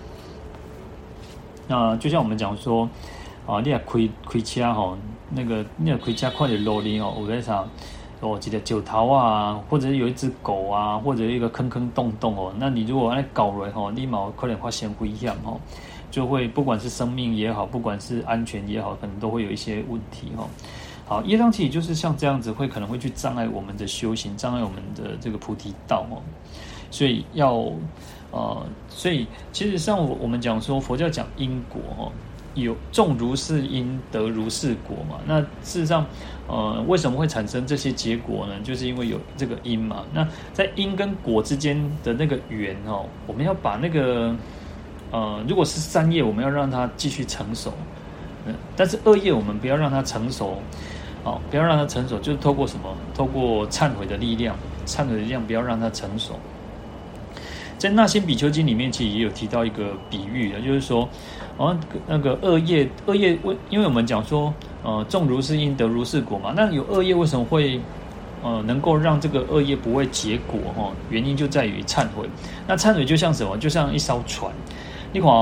那就像我们讲说你也开车那个你也开车看到路里有在啥一个石头或者是有一只狗或者一个坑洞那你如果搞了你嘛可能发生危险就会不管是生命也好，不管是安全也好，可能都会有一些问题好，业障其实就是像这样子，可能会去障碍我们的修行，障碍我们的这个菩提道所以所以其实像我们讲说，佛教讲因果有种如是因，得如是果嘛。那事实上，为什么会产生这些结果呢？就是因为有这个因嘛。那在因跟果之间的那个缘我们要把那个如果是善业，我们要让它继续成熟，但是恶业我们不要让它成熟，不要让它成熟，就是透过什么？透过忏悔的力量，不要让它成熟。在《那仙比丘经》里面，其实也有提到一个比喻就是说，那个恶业，因为我们讲说，种如是因，得如是果嘛。那有恶业为什么会能够让这个恶业不会结果原因就在于忏悔。那忏悔就像什么？就像一艘船，你看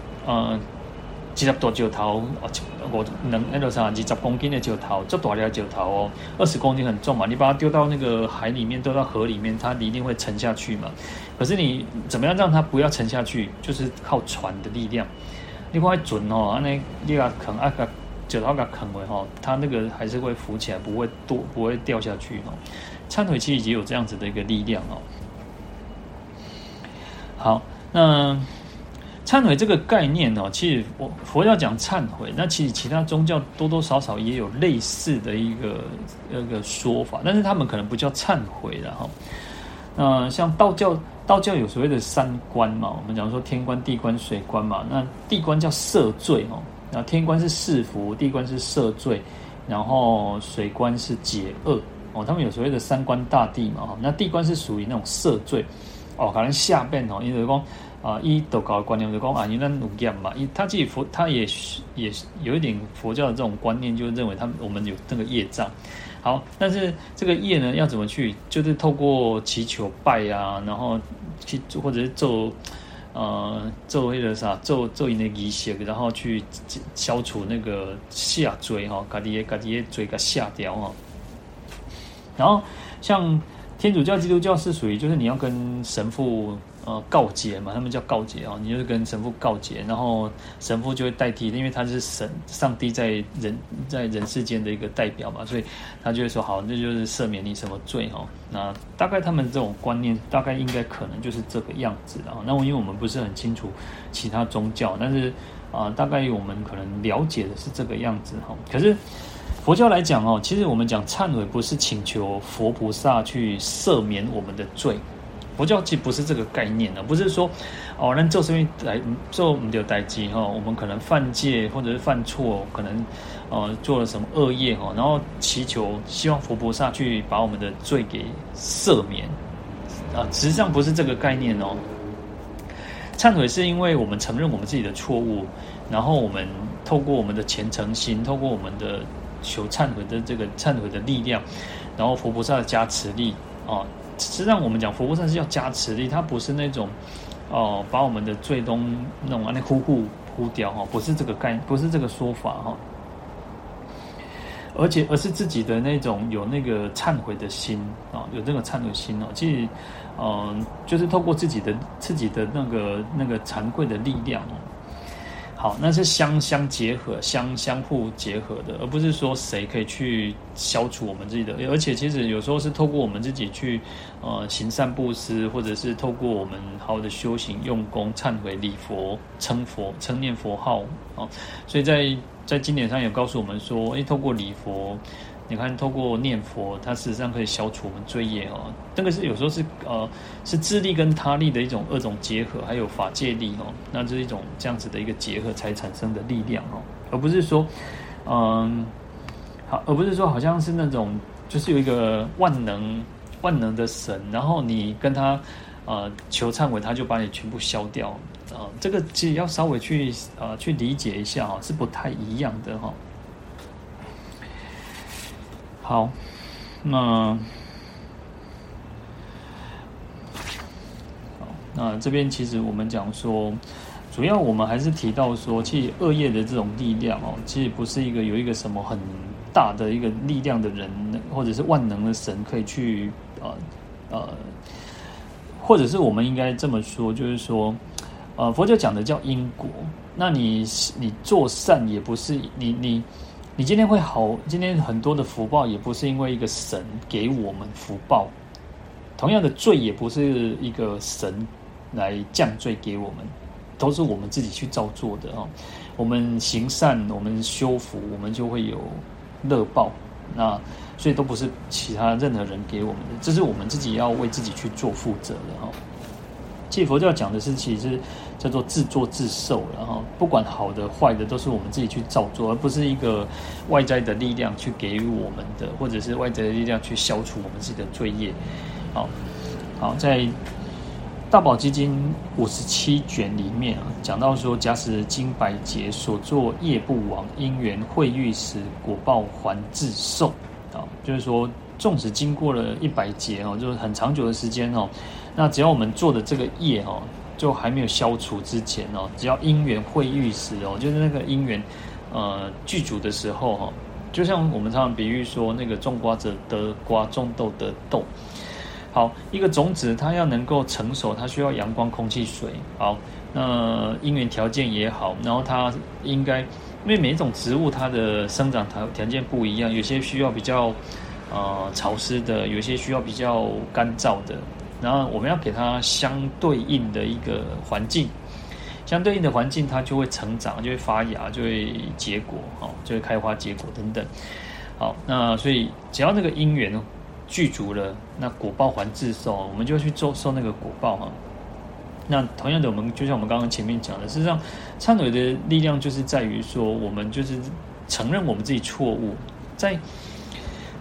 20大石头20公斤的石头，这大条石头20公斤很重嘛，你把它丢到那个海里面，丢到河里面，它一定会沉下去嘛。可是你怎么样让它不要沉下去？就是靠船的力量。你看船你把扛石头给扛回它那个还是会浮起来，不会掉下去忏悔其实也有这样子的一个力量好，那忏悔这个概念其实佛教讲忏悔，那其实其他宗教多多少少也有类似的一个说法，但是他们可能不叫忏悔了像道教有所谓的三观嘛，我们讲说天观、地观、水观嘛。那地观叫赦罪那天观是释福，地观是赦罪，然后水观是解厄哦，他们有所谓的三观大帝嘛，那地观是属于那种赦罪哦，可能下边哦，因为讲以道教的观念就讲因为咱有业嘛，他自己他也有一点佛教的这种观念，就认为我们有那个业障。好，但是这个业呢，要怎么去？就是透过祈求拜啊，然后去或者是做那个啥，做因的仪式，然后去消除那个下罪哈，家己的罪给下掉哈。然后像天主教、基督教是属于就是你要跟神父告解嘛，他们叫告解啊，你就是跟神父告解，然后神父就会代替，因为他是上帝在人世间的一个代表嘛，所以他就会说好，那就是赦免你什么罪哈。那大概他们这种观念，大概应该可能就是这个样子啊。那因为我们不是很清楚其他宗教，但是大概我们可能了解的是这个样子哈。可是佛教来讲其实我们讲忏悔不是请求佛菩萨去赦免我们的罪。佛教其实不是这个概念的，不是说咱做什么来做不对代志我们可能犯戒或者是犯错，可能做了什么恶业然后祈求希望佛菩萨去把我们的罪给赦免实际上不是这个概念忏悔是因为我们承认我们自己的错误，然后我们透过我们的虔诚心，透过我们的求忏悔的这个忏悔的力量，然后佛菩萨的加持力实际上我们讲佛菩萨是要加持力，它不是那种把我们的罪都弄那呼掉不是这个概念，不是这个说法而是自己的那种有那个忏悔的心有那个忏悔心其实就是透过自己的那个惭愧的力量好，那是相结合、相互结合的，而不是说谁可以去消除我们自己的。而且其实有时候是透过我们自己去行善布施，或者是透过我们好好的修行、用功、忏悔、礼佛、称念佛号所以在经典上有告诉我们说，透过礼佛，你看透过念佛，它事实上可以消除我们罪业那个是有时候是自力跟他力的一种二种结合，还有法界力那这是一种这样子的一个结合才产生的力量而不是说而不是说好像是那种就是有一个万能的神，然后你跟他求忏悔，他就把你全部消掉这个其实要稍微去理解一下是不太一样的好，那这边其实我们讲说，主要我们还是提到说，其实恶业的这种力量其实不是有一个什么很大的一个力量的人，或者是万能的神可以去或者是我们应该这么说，就是说佛教讲的叫因果。那你做善也不是你今天会好，今天很多的福报也不是因为一个神给我们福报，同样的罪也不是一个神来降罪给我们，都是我们自己去造作的我们行善，我们修福，我们就会有乐报，那所以都不是其他任何人给我们的，这是我们自己要为自己去做负责的其实佛教讲的是，其实叫做自作自受，然后不管好的坏的，都是我们自己去造作，而不是一个外在的力量去给予我们的，或者是外在的力量去消除我们自己的罪业。好，在大宝积经57卷里面讲到说，假使经百劫所作业不亡，因缘会遇时，果报还自受就是说，纵使经过了100劫就是很长久的时间那只要我们做的这个业就还没有消除之前只要因缘会遇时就是那个因缘具足的时候就像我们常常比喻说，那个种瓜者得瓜，种豆得豆。好，一个种子它要能够成熟，它需要阳光、空气、水。好，那因缘条件也好，然后它应该，因为每一种植物它的生长条件不一样，有些需要比较潮湿的，有些需要比较干燥的。然后我们要给它相对应的一个环境，相对应的环境它就会成长，就会发芽，就会结果就会开花结果等等。好，那所以只要那个因缘具足了，那果报还自受，我们就去受那个果报那同样的，就像我们刚刚前面讲的，事实上忏悔的力量就是在于说，我们就是承认我们自己错误，在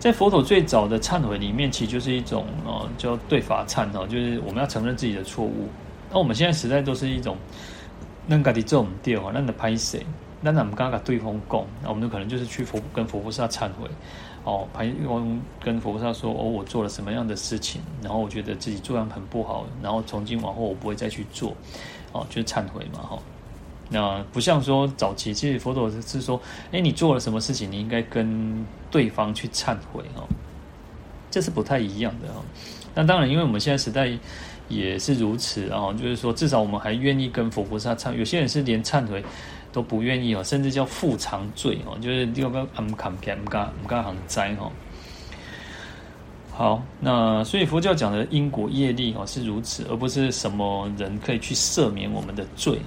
在佛陀最早的忏悔里面，其实就是一种叫对法忏就是我们要承认自己的错误。那我们现在时代都是一种，咱家己做唔对咱就拍谁，咱也唔敢甲对方讲，那我们可能就是去跟佛菩萨忏悔，跟佛菩萨说我做了什么样的事情，然后我觉得自己做样很不好，然后从今往后我不会再去做，就是忏悔嘛那不像说早期，其实佛陀是说，你做了什么事情，你应该跟对方去忏悔这是不太一样的那当然，因为我们现在时代也是如此就是说，至少我们还愿意跟佛菩萨忏。有些人是连忏悔都不愿意甚至叫复偿罪就是第二个不敢行灾好，那所以佛教讲的因果业力是如此，而不是什么人可以去赦免我们的罪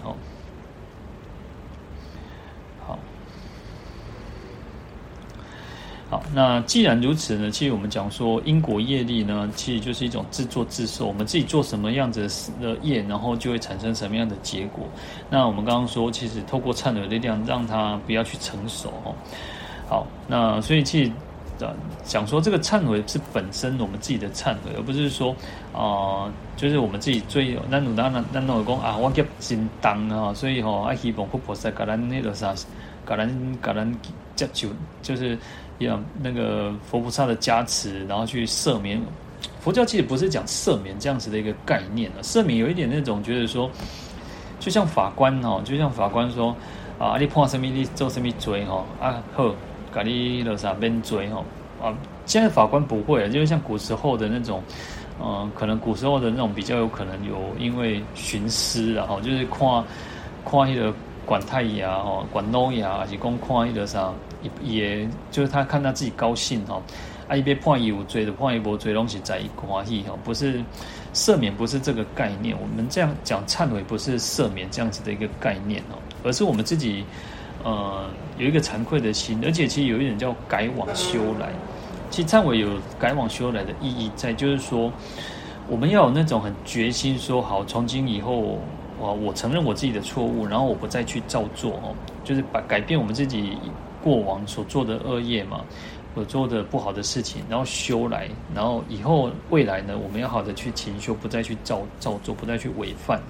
好，那既然如此呢，其实我们讲说因果业力呢，其实就是一种自作自受，我们自己做什么样子的业，然后就会产生什么样的结果。那我们刚刚说，其实透过忏悔的力量，让他不要去成熟好，那所以其实讲说这个忏悔是本身我们自己的忏悔，而不是说就是我们自己最咱有讲我业真重所以爱希望佛菩萨给咱那个啥，给咱接受，就是要那个佛菩萨的加持，然后去赦免。佛教其实不是讲赦免这样子的一个概念赦免有一点那种觉得说，就像法官说你判什么你做什么罪好，给你了啥免罪现在法官不会了，就是像古时候的那种可能古时候的那种比较有可能有因为徇私就是看那个管太爷管老爷还是讲看那个啥，也就是他看他自己高兴他被判有罪的判无罪，拢是在意欢喜不是赦免，不是这个概念。我们这样讲忏悔不是赦免这样子的一个概念而是我们自己有一个惭愧的心，而且其实有一点叫改往修来。其实忏悔有改往修来的意义在，就是说我们要有那种很决心说好，从今以后我承认我自己的错误，然后我不再去照做就是改变我们自己过往所做的恶业嘛，所做的不好的事情，然后修来，然后以后未来呢，我们要好的去勤修，不再去照做，不再去违犯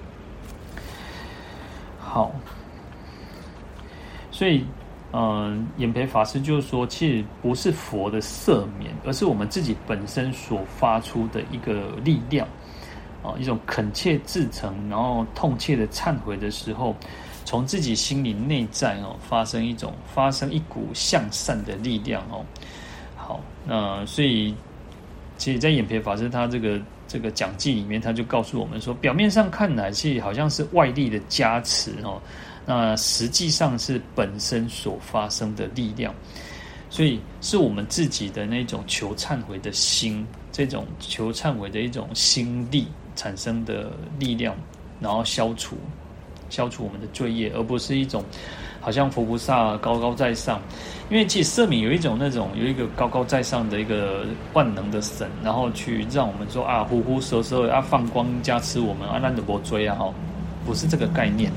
好，所以演培法师就是说，其实不是佛的赦免，而是我们自己本身所发出的一个力量一种恳切至诚，然后痛切的忏悔的时候，从自己心里内在发生一股向善的力量好，那所以其实在演培法师他这个讲记里面，他就告诉我们说，表面上看来其实好像是外力的加持那实际上是本身所发生的力量，所以是我们自己的那种求忏悔的心，这种求忏悔的一种心力产生的力量，然后消除我们的罪业，而不是一种好像佛菩萨高高在上。因为其实赦免有一种有一个高高在上的一个万能的神，然后去让我们说呼呼蛇蛇放光加持我们咱就没罪不是这个概念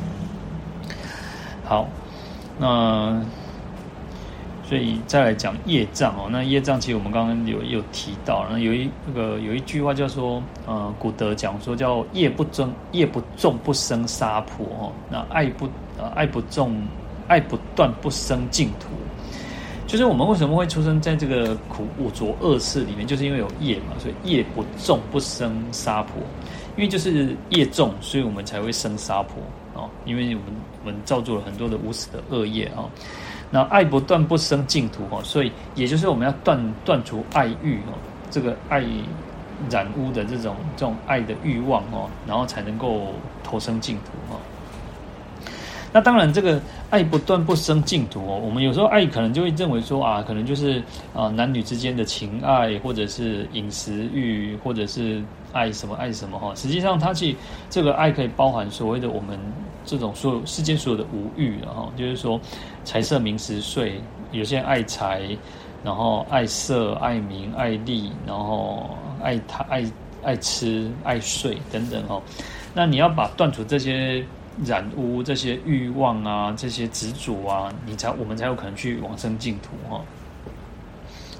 好，那所以再来讲业障那业障其实我们刚刚有提到，有一句话叫说古德讲说叫业不重不生杀婆那爱不断不生净土。就是我们为什么会出生在这个五浊恶世里面，就是因为有业嘛，所以业不重不生杀婆。因为就是业重，所以我们才会生杀婆因为我们造作了很多的无始的恶业那爱不断不生净土所以也就是我们要断除爱欲这个爱染污的这种爱的欲望然后才能够投生净土那当然这个爱不断不生净土我们有时候爱可能就会认为说可能就是男女之间的情爱，或者是饮食欲，或者是爱什么实际上它其实这个爱可以包含所谓的我们这种所有世间所有的五欲就是说财色名食睡，有些人爱财，然后爱色爱名爱利，然后爱吃爱睡等等那你要断除这些染污，这些欲望这些执着我们才有可能去往生净土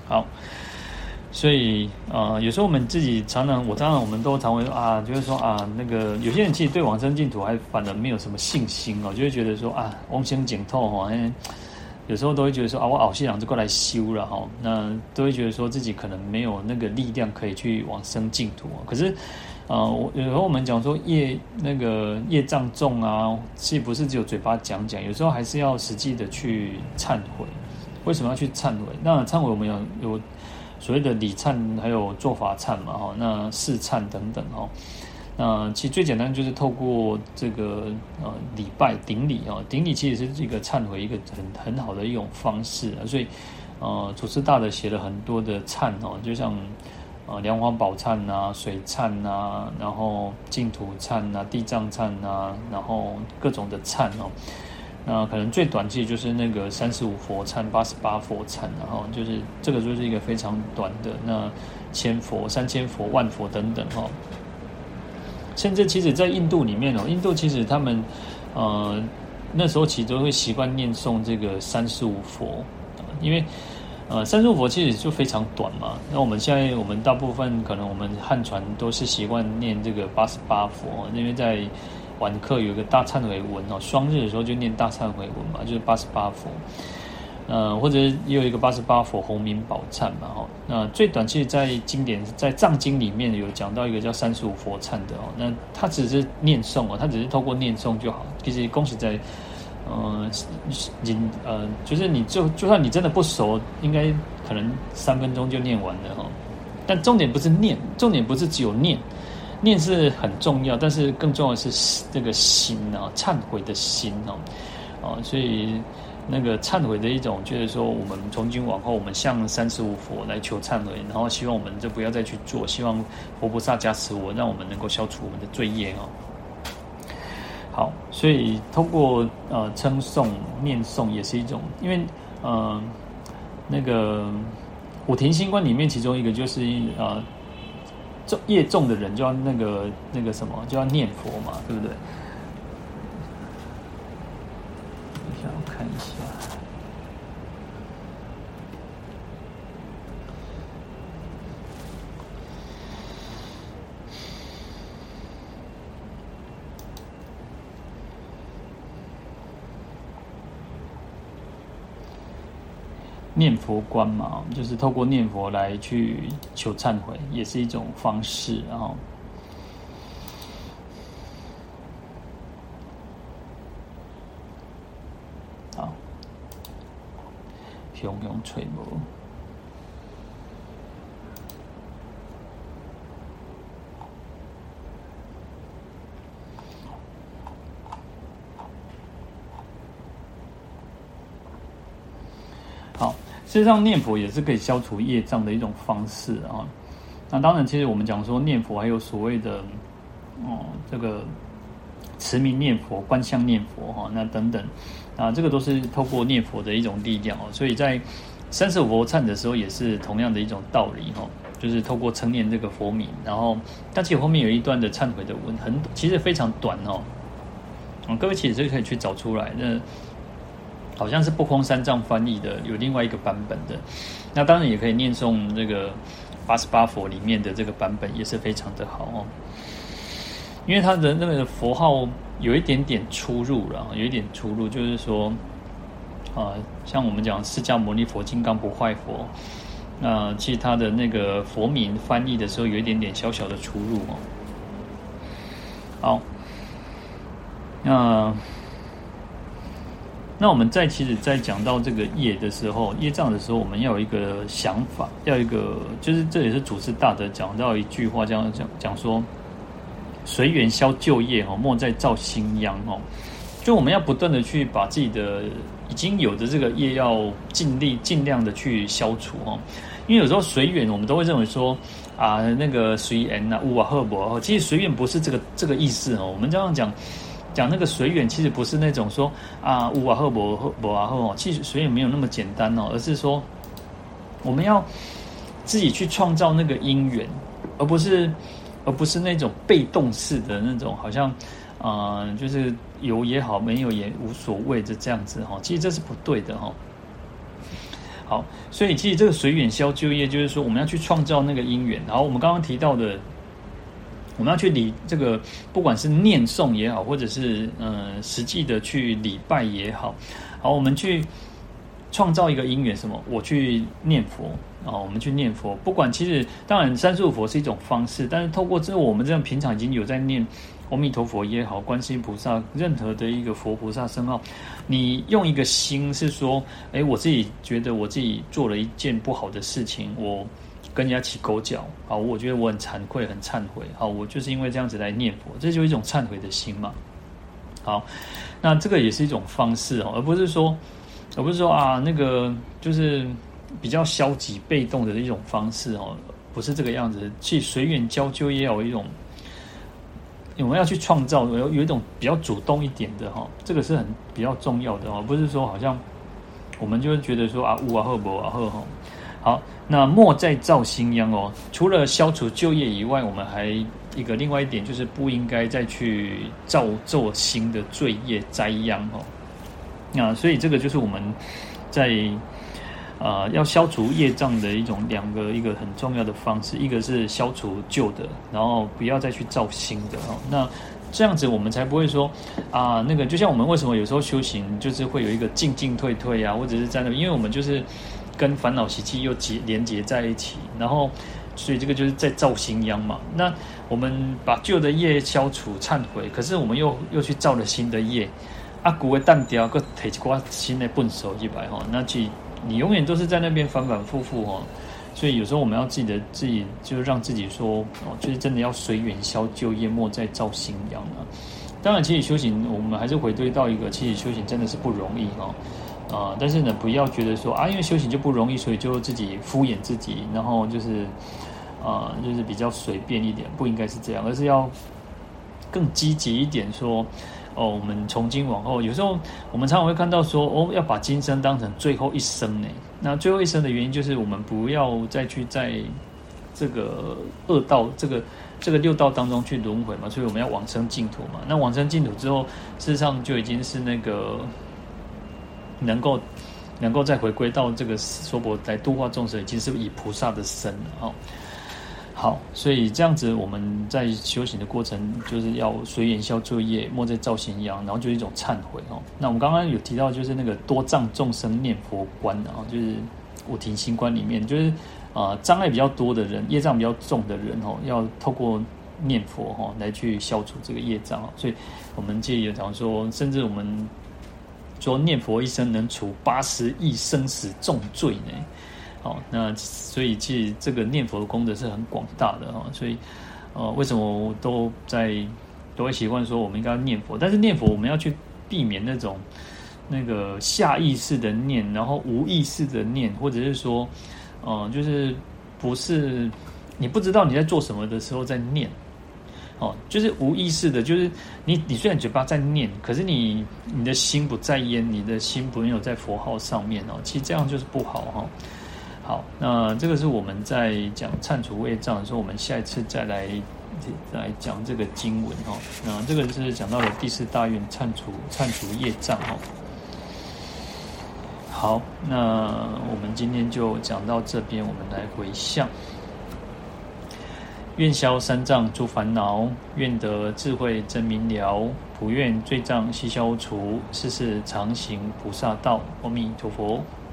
好，所以有时候我们自己我们都常会啊，就是说啊，那个有些人其实对往生净土还反而没有什么信心哦，就会觉得说啊，往生净土哈，有时候都会觉得说啊，我后世人就过来修了哈，那都会觉得说自己可能没有那个力量可以去往生净土。可是有时候我们讲说业障重啊，其实不是只有嘴巴讲讲，有时候还是要实际的去忏悔。为什么要去忏悔？那忏悔我们有所谓的礼忏，还有做法忏嘛哈，那事忏等等哈。那其实最简单就是透过这个礼拜顶礼啊，顶礼其实是一个忏悔一个很好的一种方式啊。所以祖师大德写了很多的忏哦，就像梁皇宝忏啊、水忏啊，然后净土忏啊、地藏忏啊，然后各种的忏哦。那可能最短期就是那个35佛忏、88佛忏，然后就是这个就是一个非常短的那1000佛、3000佛、万佛等等哈。甚至其实在印度里面印度其实他们那时候其实都会习惯念诵这个35佛，因为35佛其实就非常短嘛。那我们大部分可能我们汉传都是习惯念这个88佛，因为在晚课有一个大忏悔文双日的时候就念大忏悔文嘛，就是88佛。或者也有一个88佛洪名宝忏嘛那最短其实在经典在藏经里面有讲到一个叫35佛忏的那它只是念诵它只是透过念诵就好。其实恭喜在就是就算你真的不熟，应该可能3分钟就念完了但重点不是念，重点不是只有念是很重要，但是更重要的是这个心忏悔的心所以那个忏悔的一种，就是说我们从今往后，我们向35佛来求忏悔，然后希望我们就不要再去做，希望佛菩萨加持我，让我们能够消除我们的罪业好，所以通过称颂、念诵也是一种，因为那个五停心观里面，其中一个就是业重的人就要那个什么，就要念佛嘛，对不对？我看一下，念佛观嘛，就是透过念佛来去求忏悔，也是一种方式，然后。雄雄吹无。好，事实上念佛也是可以消除业障的一种方式那当然，其实我们讲说念佛还有所谓的这个持名念佛、观相念佛那等等这个都是透过念佛的一种力量所以在35佛忏的时候也是同样的一种道理就是透过称念这个佛名，然后但其实后面有一段的忏悔的文其实非常短各位其实可以去找出来，那好像是不空三藏翻译的，有另外一个版本的，那当然也可以念诵这个88佛里面的这个版本，也是非常的好因为它的那个佛号有一点点出入了，有一点出入，就是说像我们讲释迦牟尼佛、金刚不坏佛，那其实它的那个佛名翻译的时候有一点点小小的出入好，那我们其实在讲到这个业的时候，业障的时候，我们要有一个想法，要有一个，就是这也是祖师大德讲到一句话，讲说，随缘消旧业莫再造新殃就我们要不断的去把自己的已经有的这个业要尽量的去消除因为有时候随缘我们都会认为说那个随缘有好无好，其实随缘不是这个意思我们这样讲那个随缘其实不是那种说有好无好其实随缘没有那么简单而是说我们要自己去创造那个因缘，而不是那种被动式的那种，好像就是有也好，没有也无所谓的这样子其实这是不对的好，所以其实这个随缘消旧业，就是说我们要去创造那个因缘。然后我们刚刚提到的，我们要去礼这个，不管是念诵也好，或者是实际的去礼拜也好，好，我们去创造一个因缘，什么？我去念佛啊，我们去念佛。不管其实当然三世佛是一种方式，但是透过我们这样平常已经有在念阿弥陀佛也好，观世音菩萨，任何的一个佛菩萨圣号，你用一个心是说，我自己觉得我自己做了一件不好的事情，我跟人家起狗脚，好，我觉得我很惭愧，很忏悔，好，我就是因为这样子来念佛，这就是一种忏悔的心嘛。好，那这个也是一种方式哦，而不是说啊，那个就是比较消极被动的一种方式哦，不是这个样子。去随缘交就也有一种，我们要去创造有一种比较主动一点的哈，这个是很比较重要的哦，不是说好像我们就会觉得说啊无啊好不啊好哈。好，那莫再造新殃哦。除了消除旧业以外，我们还另外一点就是不应该再去做新的罪业灾殃哦。那所以这个就是我们在要消除业障的一个很重要的方式，一个是消除旧的，然后不要再去造新的哦。那这样子我们才不会说那个就像我们为什么有时候修行就是会有一个进进退退啊，或者是在那，因为我们就是跟烦恼习气又连结在一起，然后所以这个就是在造新殃嘛。那我们把旧的业消除忏悔，可是我们又去造了新的业。旧的淡掉，佮提一寡新的笨手进来哈，那你永远都是在那边反反复复哈，所以有时候我们要自己就让自己说就是真的要随缘消旧业，莫再造新殃啊。当然，其实修行我们还是回归到一个，其实修行真的是不容易哈，但是呢，不要觉得说因为修行就不容易，所以就自己敷衍自己，然后就是比较随便一点，不应该是这样，而是要更积极一点说。我们从今往后，有时候我们常常会看到说，要把今生当成最后一生呢。那最后一生的原因就是我们不要再去在这个恶道、这个六道当中去轮回嘛，所以我们要往生净土嘛。那往生净土之后，事实上就已经是那个能够再回归到这个娑婆来度化众生，已经是以菩萨的身了好，所以这样子我们在修行的过程，就是要随缘消旧业，莫再造新殃，然后就是一种忏悔那我们刚刚有提到，就是那个多障众生念佛观就是五停心观里面，就是障碍比较多的人，业障比较重的人要透过念佛来去消除这个业障所以我们这里有讲说，甚至我们说念佛一生能除80亿生死重罪呢。那所以其实这个念佛的功德是很广大的所以为什么我都会习惯说我们应该要念佛，但是念佛我们要去避免那个下意识的念，然后无意识的念，或者是说就是不是你不知道你在做什么的时候在念就是无意识的，就是你虽然嘴巴在念，可是你的心不在焉，你的心没有在佛号上面其实这样就是不好好，那这个是我们在讲忏除业障的时候，我们下一次再来讲这个经文那这个是讲到了第4大愿忏除业障好，那我们今天就讲到这边，我们来回向。愿消三障诸烦恼，愿得智慧真明了，普愿罪障悉消除，世世常行菩萨道。阿弥陀佛。